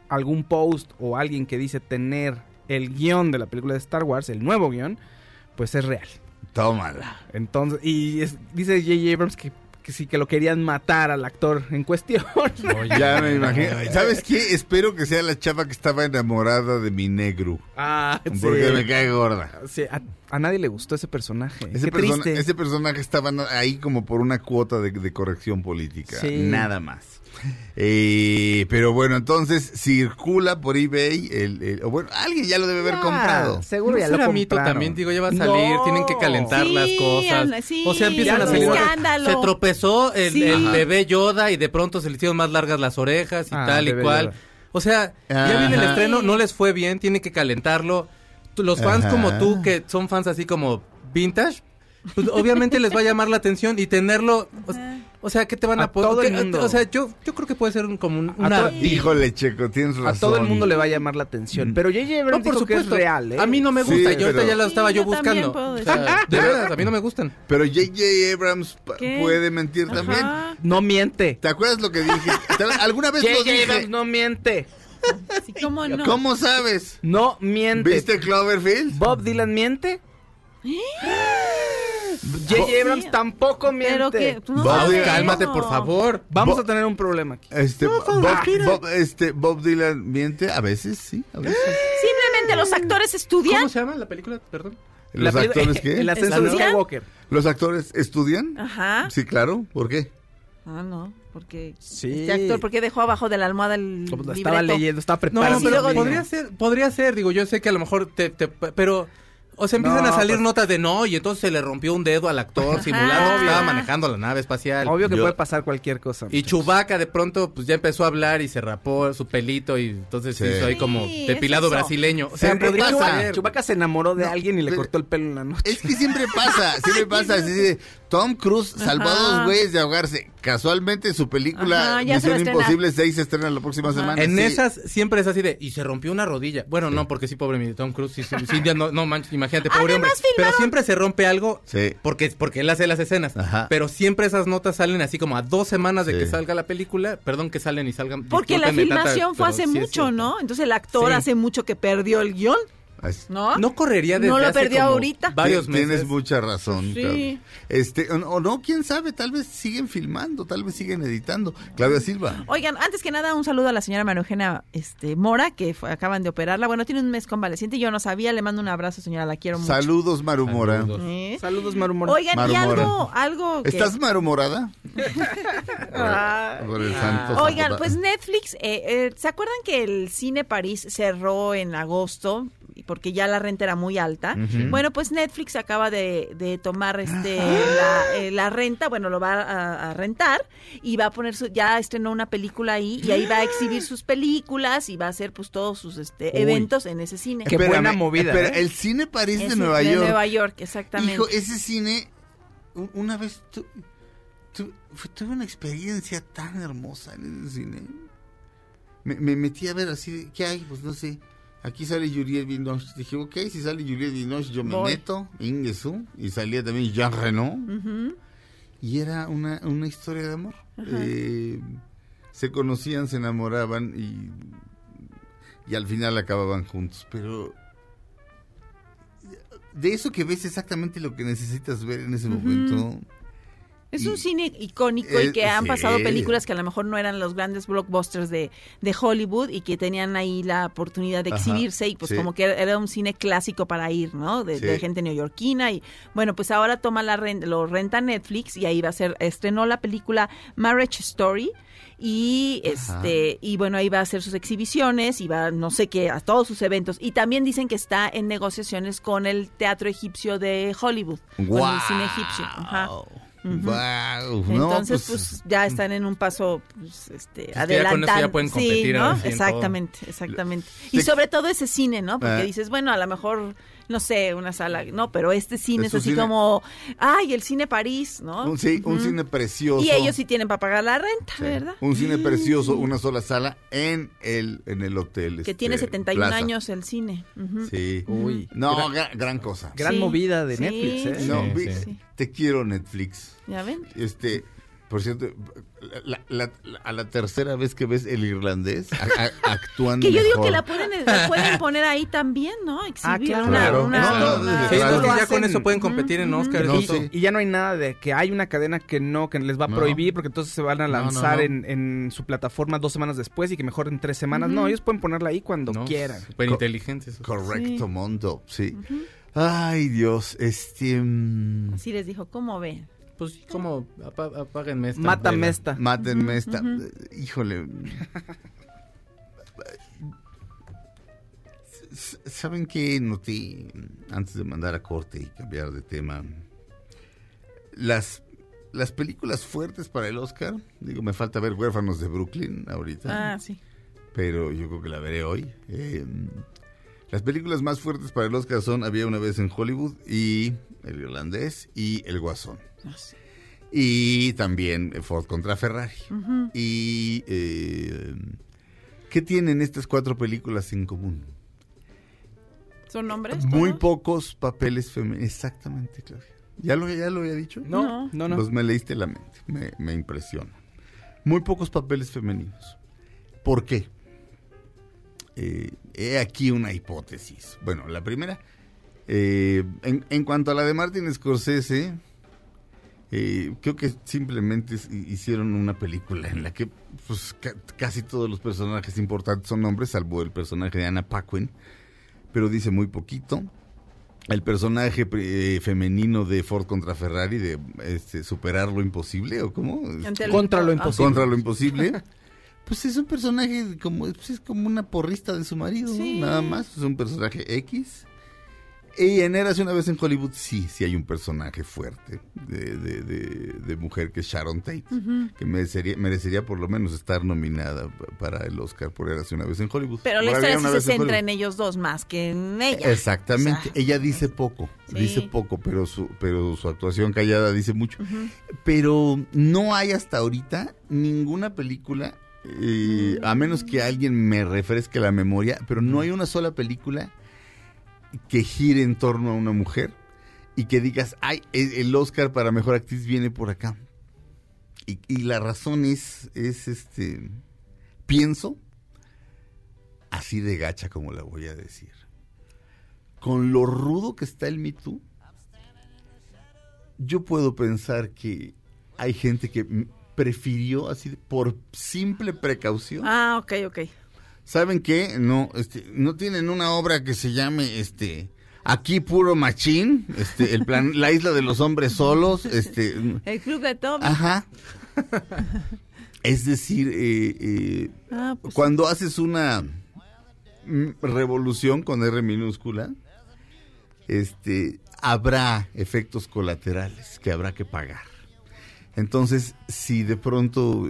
algún post o alguien que dice tener el guión de la película de Star Wars, el nuevo guión, pues es real. Tómala. Entonces, dice J.J. Abrams que sí, que lo querían matar al actor en cuestión. Ya me imagino. ¿Sabes qué? Espero que sea la chava que estaba enamorada de mi negro. Porque sí. me cae gorda. Sí, a nadie le gustó ese personaje. Ese Qué triste. Ese personaje estaba ahí como por una cuota de corrección política. Sí. Nada más. Pero bueno, entonces circula por eBay bueno, alguien ya lo debe haber comprado. Seguro ya lo será compraron. mito también, digo, ya va a salir, tienen que calentar las cosas. Sí, o sea, empiezan a salir. Se tropezó el bebé Yoda y de pronto se le hicieron más largas las orejas y tal y cual. Yoda. O sea, ya viene el estreno, no les fue bien, tienen que calentarlo. Los fans como tú, que son fans así como vintage, pues obviamente les va a llamar la atención y tenerlo. O sea, ¿qué te van a todo el mundo? O sea, yo creo que puede ser como una... Híjole, Checo, tienes razón. A todo el mundo le va a llamar la atención. Pero J.J. Abrams dijo que es real, ¿eh? A mí no me gusta, yo ahorita ya lo estaba yo yo buscando. puedo O sea, de verdad, a mí no me gustan. Pero J.J. Abrams puede mentir también. No miente. ¿Te acuerdas lo que dije? ¿Alguna vez lo J.J. dije? Abrams no miente. Sí, ¿cómo no? ¿Cómo sabes? No miente. ¿Viste Cloverfield? ¿Bob Dylan miente? J.J. Abrams tampoco miente. Pero que Cálmate, por favor. Vamos a tener un problema aquí. Bob Dylan miente a veces, sí, a veces. Simplemente los actores estudian. ¿Cómo se llama la película? Perdón. ¿Los actores qué? El ascenso de Skywalker. ¿Los actores estudian? Ajá. Sí, claro. ¿Por qué? No, porque sí. Este actor, ¿por qué dejó abajo de la almohada el libreto? Estaba leyendo, estaba preparando. No, pero podría ser, digo, yo sé que a lo mejor pero... O sea, empiezan a salir notas de y entonces se le rompió un dedo al actor simulando que estaba manejando la nave espacial. Obvio que puede pasar cualquier cosa. Y Chewbacca de pronto pues ya empezó a hablar y se rapó su pelito y entonces se hizo ahí como depilado brasileño. O sea, Chewbacca se enamoró de alguien y le cortó el pelo en la noche. Es que siempre pasa. Así, Tom Cruise salvó a 2 güeyes de ahogarse. Casualmente su película Misión Imposible 6 se estrena la próxima semana. En esas siempre es así de, y se rompió una rodilla. Bueno, no, porque sí, pobre mi Tom Cruise, sí, ya no manches, imagínate, pobre hombre. Pero siempre se rompe algo porque él hace las escenas. Ajá. Pero siempre esas notas salen así como a 2 semanas de que salga la película. Perdón que salen y salgan. Porque la filmación fue hace mucho, ¿no? Entonces el actor hace mucho que perdió el guión. No correría desde no lo hace perdió como ahorita. Varios meses. Tienes mucha razón. Sí. O no, quién sabe, tal vez siguen filmando, tal vez siguen editando. Claudia Silva. Oigan, antes que nada, un saludo a la señora María Eugenia Mora, que acaban de operarla. Bueno, tiene un mes convaleciente, yo no sabía, le mando un abrazo, señora, la quiero mucho. Saludos, Maru Mora. Saludos, Maru Mora. Oigan, y algo que... ¿Estás marumorada? Por el santo Oigan, pues Netflix, ¿se acuerdan que el Cine París cerró en agosto? Porque ya la renta era muy alta. Bueno, pues Netflix acaba de tomar la renta, bueno, lo va a rentar y va a poner ya estrenó una película ahí y ahí va a exhibir sus películas y va a hacer pues todos sus eventos en ese cine. Qué buena movida. Pero el Cine París de Nueva York. De Nueva York, exactamente. Hijo, ese cine, una vez tuve una experiencia tan hermosa en ese cine. Me metí a ver así, ¿qué hay? Pues no sé. Aquí sale Juliette Binoche. Dije, ok, si sale Juliette Binoche, yo me meto. Ingesu. Y salía también Jean Reno. Y era una historia de amor. Se conocían, se enamoraban y al final acababan juntos. Pero de eso que ves exactamente lo que necesitas ver en ese momento. Es un cine icónico y que han pasado películas que a lo mejor no eran los grandes blockbusters de Hollywood y que tenían ahí la oportunidad de exhibirse y pues como que era un cine clásico para ir, ¿no? De gente neoyorquina y bueno, pues ahora toma lo renta Netflix y ahí estrenó la película Marriage Story. Y y bueno, ahí va a hacer sus exhibiciones y va no sé qué a todos sus eventos y también dicen que está en negociaciones con el teatro egipcio de Hollywood, con el cine egipcio. Wow, entonces pues ya están en un paso adelantando. Ya con eso ya pueden competir, ¿no? Exactamente. Y sobre todo ese cine, ¿no? Porque dices, bueno, a lo mejor no sé, una sala, no, pero este cine es así como, el Cine París, ¿no? Un cine precioso. Y ellos sí tienen para pagar la renta, ¿verdad? Un cine precioso, una sola sala en el hotel. Que tiene 71 años el cine. Sí. Uy. No, gran cosa. Gran movida de Netflix, ¿eh? No, te quiero, Netflix. ¿Ya ven? Por cierto, a la tercera vez que ves El Irlandés, actuando que yo digo mejor. que la pueden poner ahí también, ¿no? Exhibir claro. Sí, ya con eso pueden competir en Oscar. Y ya no hay nada de que hay una cadena que les va a prohibir porque entonces se van a lanzar en su plataforma 2 semanas después y que mejor en 3 semanas. No, ellos pueden ponerla ahí cuando quieran. Súper inteligentes. Correcto, Mondo, sí. Ay, Dios, Así les dijo, ¿cómo ven? Pues sí, como apáguenme esta. Mátenme esta. Híjole. ¿Saben qué noté antes de mandar a corte y cambiar de tema? Las películas fuertes para el Oscar, digo, me falta ver Huérfanos de Brooklyn ahorita. Sí. Pero yo creo que la veré hoy. Las películas más fuertes para el Oscar son Había una vez en Hollywood y El Irlandés y El Guasón. Y también Ford contra Ferrari. Y ¿qué tienen estas 4 películas en común? ¿Son hombres? Muy pocos papeles femeninos. Exactamente, Claudia. ¿Ya lo había dicho? No. Pues me leíste la mente. Me impresiona. Muy pocos papeles femeninos. ¿Por qué? He aquí una hipótesis. Bueno, la primera, en cuanto a la de Martin Scorsese, creo que simplemente hicieron una película en la que pues, casi todos los personajes importantes son hombres, salvo el personaje de Anna Paquin, pero dice muy poquito. El personaje femenino de Ford contra Ferrari, de superar lo imposible, ¿o cómo? Contra lo imposible. Contra lo imposible. Pues es un personaje es como una porrista de su marido, ¿no? Nada más, es un personaje X. Y en Érase una vez en Hollywood sí hay un personaje fuerte de mujer que es Sharon Tate, que merecería por lo menos estar nominada para el Oscar por Érase una vez en Hollywood. Pero la historia sí se centra en ellos dos más que en ella. Exactamente, o sea, ella dice poco, pero su actuación callada dice mucho. Pero no hay hasta ahorita ninguna película, a menos que alguien me refresque la memoria, pero no hay una sola película que gire en torno a una mujer y que digas, ay, el Oscar para mejor actriz viene por acá. Y la razón es pienso, así de gacha como la voy a decir, con lo rudo que está el Me Too, yo puedo pensar que hay gente que prefirió así por simple precaución. Ok. ¿Saben qué? No tienen una obra que se llame Aquí puro machín, la isla de los hombres solos, el club de Toby. Ajá. Es decir, pues cuando haces una revolución con R minúscula, habrá efectos colaterales que habrá que pagar. Entonces, si de pronto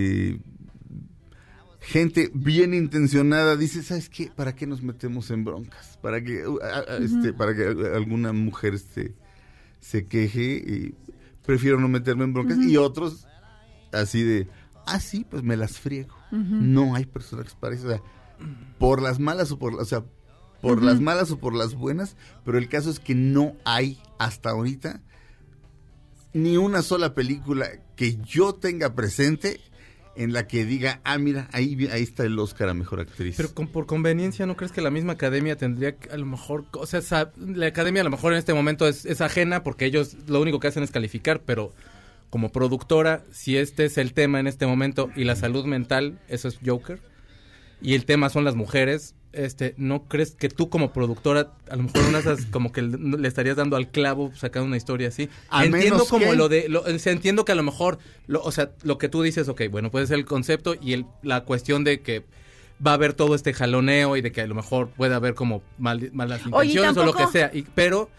gente bien intencionada dice, ¿sabes qué? ¿Para qué nos metemos en broncas? Para que alguna mujer se queje, y prefiero no meterme en broncas. Y otros así de, sí, pues me las friego. No hay personajes para eso. O sea, por las malas o por las malas o por las buenas, pero el caso es que no hay hasta ahorita ni una sola película que yo tenga presente en la que diga, mira, ahí está el Oscar a Mejor Actriz. Pero por conveniencia, ¿no crees que la misma academia tendría que, a lo mejor, o sea, la academia a lo mejor en este momento es ajena porque ellos lo único que hacen es calificar, pero como productora, si este es el tema en este momento y la salud mental, eso es Joker, y el tema son las mujeres, ¿no crees que tú como productora, a lo mejor como que le estarías dando al clavo sacando una historia así? Entiendo como entiendo que a lo mejor, lo que tú dices, bueno, puede ser el concepto y la cuestión de que va a haber todo este jaloneo y de que a lo mejor puede haber como malas intenciones o lo que sea, pero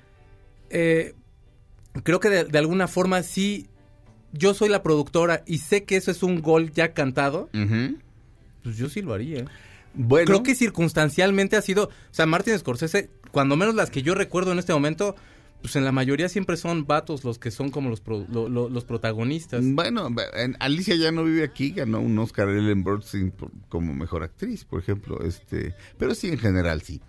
creo que de alguna forma sí, yo soy la productora y sé que eso es un gol ya cantado, pues yo sí lo haría. Bueno, creo que circunstancialmente ha sido, o sea, Martin Scorsese, cuando menos las que yo recuerdo en este momento, pues en la mayoría siempre son vatos los que son como los protagonistas. Bueno, Alicia ya no vive aquí, ganó un Oscar Ellen Burstyn como mejor actriz, por ejemplo, pero sí en general sí.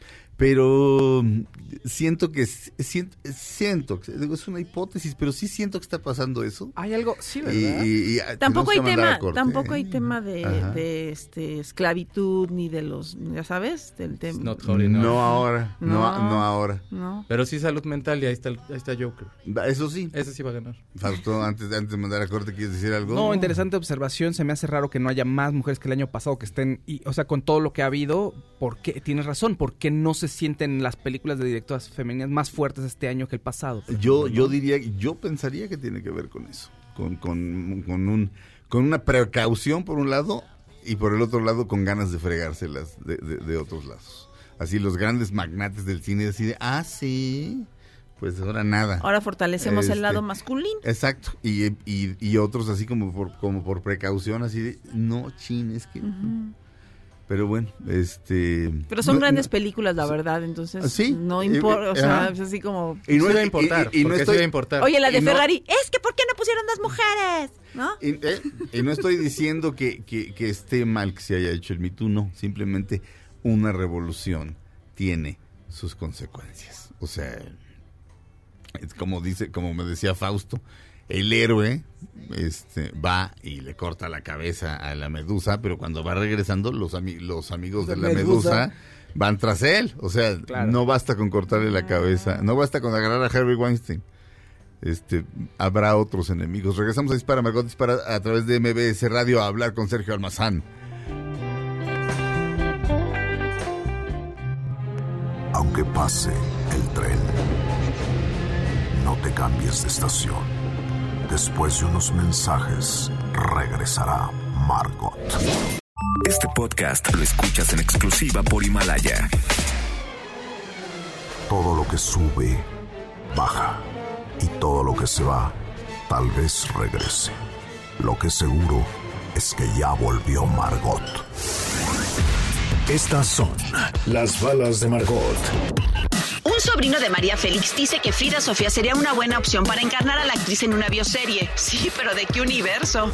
Pero siento que digo, es una hipótesis, pero sí siento que está pasando eso. Hay algo, sí, ¿verdad? Y Tampoco hay tenemos que mandar tema, a corte, tampoco ¿eh? hay tema de esclavitud ni de los, ya sabes, del tema. No ahora, no ahora. No. Pero sí salud mental y ahí está Joker. Eso sí. Ese sí va a ganar. Fausto, antes de mandar a corte, ¿quieres decir algo? No, interesante observación. Se me hace raro que no haya más mujeres que el año pasado que estén, o sea, con todo lo que ha habido. ¿Por qué? Tienes razón. ¿Por qué no se sienten las películas de directoras femeninas más fuertes este año que el pasado? Yo pensaría que tiene que ver con eso, con una precaución por un lado y por el otro lado con ganas de fregárselas de otros lados. Así los grandes magnates del cine deciden, sí, pues ahora nada. Ahora fortalecemos el lado masculino. Exacto, y otros así como por precaución, así de, no, es que... Uh-huh. Pero bueno, Pero son grandes películas, la verdad, entonces ¿sí? No importa, o sea, es así como... Y no iba a importar, y no estoy... iba a importar. Oye, la de Ferrari, es que ¿por qué no pusieron dos mujeres? ¿No? Y no estoy diciendo que esté mal que se haya hecho el Me Too, no, simplemente una revolución tiene sus consecuencias. O sea, es como me decía Fausto, el héroe va y le corta la cabeza a la medusa, pero cuando va regresando los amigos de la medusa van tras él. O sea, claro, no basta con cortarle la cabeza, no basta con agarrar a Harvey Weinstein. Habrá otros enemigos. Regresamos a Dispara, Margot Dispara, a través de MBS Radio, a hablar con Sergio Almazán. Aunque pase el tren, no te cambies de estación. Después de unos mensajes, regresará Margot. Este podcast lo escuchas en exclusiva por Himalaya. Todo lo que sube, baja. Y todo lo que se va, tal vez regrese. Lo que seguro es que ya volvió Margot. Estas son las balas de Margot. Un sobrino de María Félix dice que Frida Sofía sería una buena opción para encarnar a la actriz en una bioserie. Sí, pero ¿de qué universo?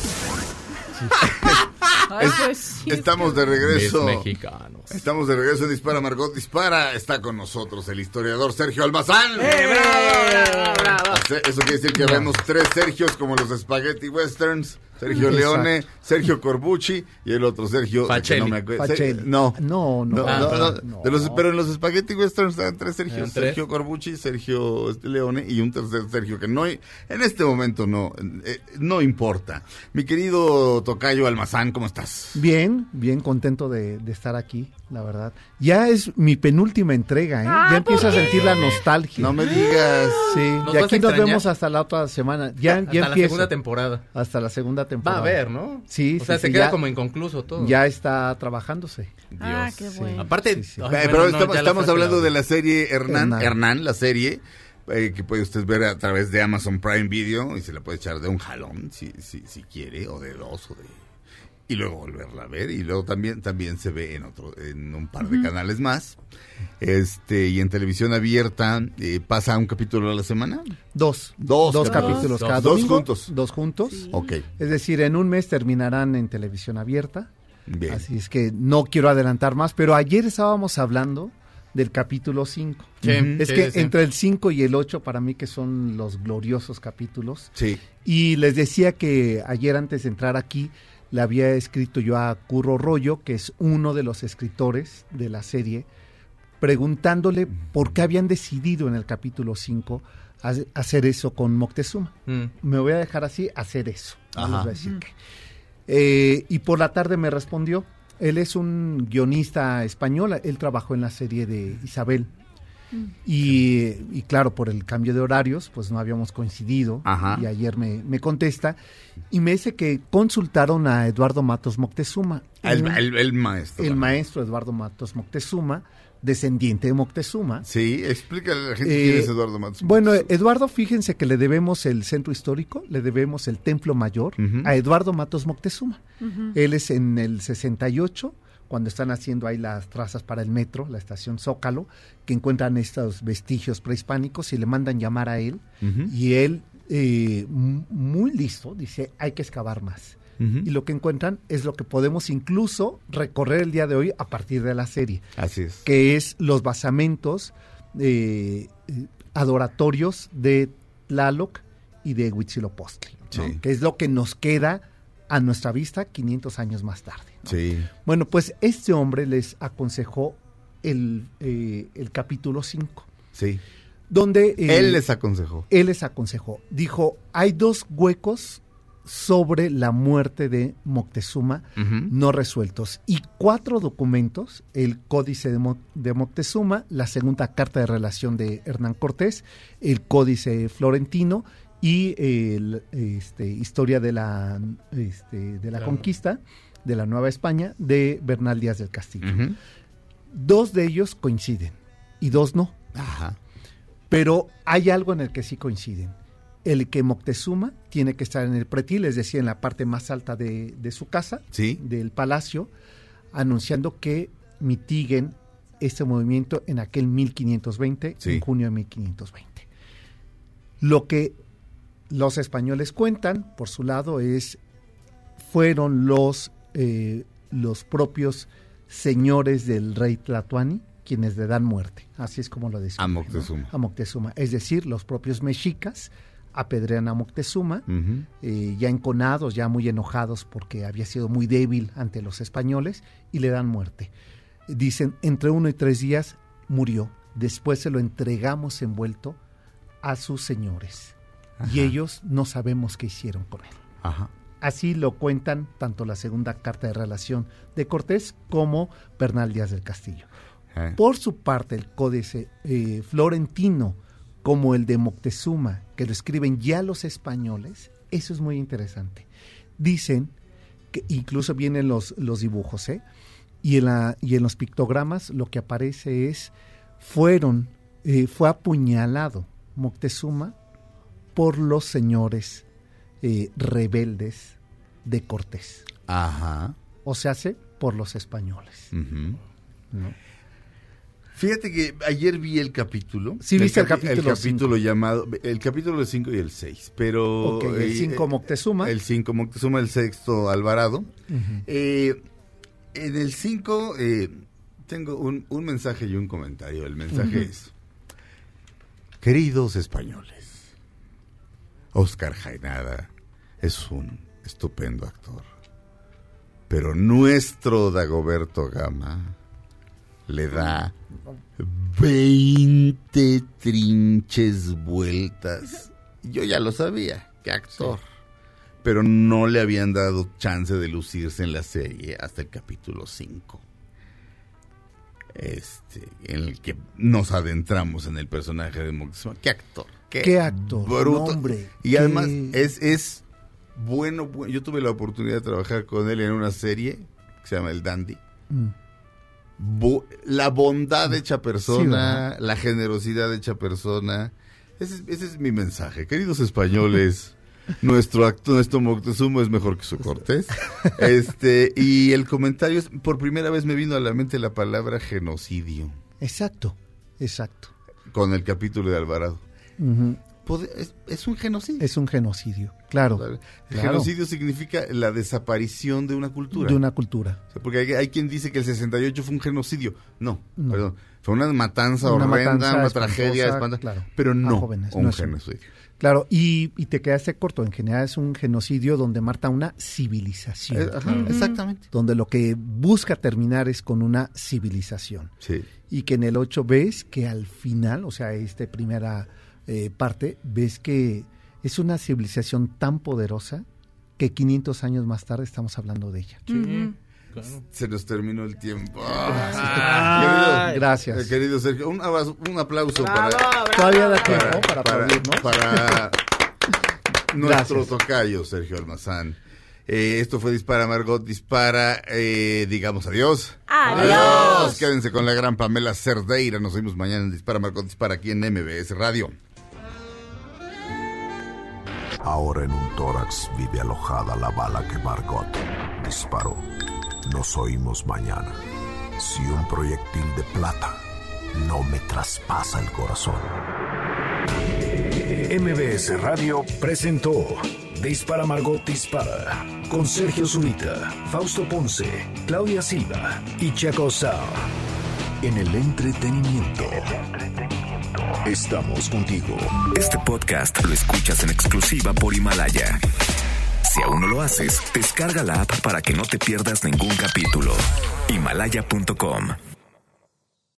Estamos de regreso. Mexicanos. Estamos de regreso en Dispara, Margot Dispara. Está con nosotros el historiador Sergio Almazán. ¡Bravo! Eso quiere decir que vemos tres Sergios como los Spaghetti Westerns. Sergio Leone, Sergio Corbucci y el otro Sergio Pacelli. que no me acuerdo. Pacelli. No. No. Pero en los Spaghetti Westerns están tres Sergios. ¿Eran tres? Sergio Corbucci, Sergio Leone y un tercer Sergio que no en este momento no importa. Mi querido tocayo Almazán, ¿cómo estás? Bien contento de estar aquí, la verdad. Ya es mi penúltima entrega, ¿eh? Ya empiezo a sentir la nostalgia. No me digas. Sí, ¿Nos y vas aquí a nos extrañar? vemos hasta la otra semana. Ya Hasta la empiezo. segunda temporada. Hasta la segunda Va temporada. a ver, ¿no? Sí, O sea, sí, se sí, queda ya- como inconcluso todo. Ya está trabajándose. Ah, qué bueno. Aparte, Sí. Pero estamos hablando de la serie Hernán, la serie que puede usted ver a través de Amazon Prime Video y se la puede echar de un jalón si quiere, o de dos, y luego volverla a ver, y luego también se ve en un par de canales más. Y en televisión abierta pasa un capítulo a la semana. Dos capítulos cada Dos domingo. juntos. Dos juntos. Sí. Ok, Es decir, en un mes terminarán en televisión abierta. bien. Así es que no quiero adelantar más, pero ayer estábamos hablando del capítulo 5. Sí, Es sí, que sí. entre el 5 y el 8 para mí que son los gloriosos capítulos. Sí. Y les decía que ayer antes de entrar aquí le había escrito yo a Curro Rollo, que es uno de los escritores de la serie, preguntándole por qué habían decidido en el capítulo 5 hacer eso con Moctezuma. Me voy a dejar así, hacer eso. No les voy a decir qué. Y por la tarde me respondió. Él es un guionista español, él trabajó en la serie de Isabel. Y claro, por el cambio de horarios, pues no habíamos coincidido. Ajá. Y ayer me contesta y me dice que consultaron a Eduardo Matos Moctezuma. El maestro. El maestro Eduardo Matos Moctezuma, descendiente de Moctezuma. Sí, explícale a la gente quién es Eduardo Matos. Bueno, Eduardo, fíjense que le debemos el centro histórico, le debemos el templo mayor a Eduardo Matos Moctezuma. Él es en el 68, cuando están haciendo ahí las trazas para el metro, la estación Zócalo, que encuentran estos vestigios prehispánicos y le mandan llamar a él. Y él, muy listo, dice, hay que excavar más. y lo que encuentran es lo que podemos incluso recorrer el día de hoy a partir de la serie. Así es. Que es los basamentos adoratorios de Tlaloc y de Huitzilopochtli, ¿no? Sí. Que es lo que nos queda a nuestra vista 500 años más tarde, ¿no? Sí. Bueno, pues este hombre les aconsejó el capítulo 5. Sí. Donde él les aconsejó. Dijo, hay 2 huecos sobre la muerte de Moctezuma no resueltos y 4 documentos: el Códice de Moctezuma, la segunda carta de relación de Hernán Cortés, el Códice Florentino y Historia de la Conquista de la Nueva España de Bernal Díaz del Castillo. 2 de ellos coinciden y 2 no. Ajá. Pero hay algo en el que sí coinciden. El que Moctezuma tiene que estar en el pretil, es decir, en la parte más alta de su casa, ¿sí?, del palacio, anunciando que mitiguen este movimiento en aquel 1520, sí, en junio de 1520. Lo que los españoles cuentan, por su lado, fueron los propios señores del rey Tlatoani quienes le dan muerte, así es como lo describen. A Moctezuma. ¿No? A Moctezuma, es decir, los propios mexicas apedrean a Moctezuma, ya enconados, ya muy enojados porque había sido muy débil ante los españoles, y le dan muerte. Dicen, entre 1 y 3 días murió, después se lo entregamos envuelto a sus señores. Ajá. Y ellos no sabemos qué hicieron con él. Ajá. Así lo cuentan tanto la segunda carta de relación de Cortés como Bernal Díaz del Castillo. Por su parte, el Códice Florentino, como el de Moctezuma, que lo escriben ya los españoles, eso es muy interesante. Dicen que incluso vienen los dibujos, y en los pictogramas lo que aparece fue apuñalado Moctezuma por los señores rebeldes de Cortés. Ajá. O se hace por los españoles. ¿No? Fíjate que ayer vi el capítulo. Sí, viste el capítulo cinco. llamado, el capítulo 5 y el 6, pero... Okay, el 5 Moctezuma. El 5 Moctezuma, el 6 Alvarado. En el 5 tengo un mensaje y un comentario. El mensaje es: queridos españoles, Óscar Jaenada es un estupendo actor, pero nuestro Dagoberto Gama le da 20 trinches vueltas. Yo ya lo sabía, qué actor. Sí. Pero no le habían dado chance de lucirse en la serie hasta el capítulo 5. En el que nos adentramos en el personaje de Moctezuma. Qué actor. Qué actor, bruto. Hombre. Y además es bueno. Yo tuve la oportunidad de trabajar con él en una serie que se llama El Dandy. La bondad hecha persona, sí, la generosidad hecha persona. Ese es mi mensaje. Queridos españoles, nuestro Moctezuma es mejor que su Cortés. Y el comentario es, por primera vez me vino a la mente la palabra genocidio. Exacto. Con el capítulo de Alvarado. Es un genocidio. Es un genocidio, claro. El genocidio significa la desaparición de una cultura. O sea, porque hay quien dice que el 68 fue un genocidio. No. Perdón. Fue una matanza horrenda, una tragedia espantosa, claro, pero no jóvenes, un genocidio. Claro, y te quedaste corto. En general es un genocidio donde mata una civilización. Exactamente. Donde lo que busca terminar es con una civilización. Sí. Y que en el 8 ves que al final, o sea, primera parte, ves que es una civilización tan poderosa que 500 años más tarde estamos hablando de ella. Sí, claro. Se nos terminó el tiempo. Gracias. Querido Sergio, un aplauso bravo, para... Todavía da tiempo para aplaudir, ¿no? Para nuestro tocayo, Sergio Almazán. Esto fue Dispara, Margot Dispara. Digamos adiós. Adiós. Quédense con la gran Pamela Cerdeira. Nos vemos mañana en Dispara, Margot Dispara, aquí en MBS Radio. Ahora en un tórax vive alojada la bala que Margot disparó. Nos oímos mañana. Si un proyectil de plata no me traspasa el corazón. MBS Radio presentó Dispara Margot Dispara con Sergio Zurita, Fausto Ponce, Claudia Silva y Chaco Sao. En el entretenimiento. Estamos contigo. Este podcast lo escuchas en exclusiva por Himalaya. Si aún no lo haces, descarga la app para que no te pierdas ningún capítulo. Himalaya.com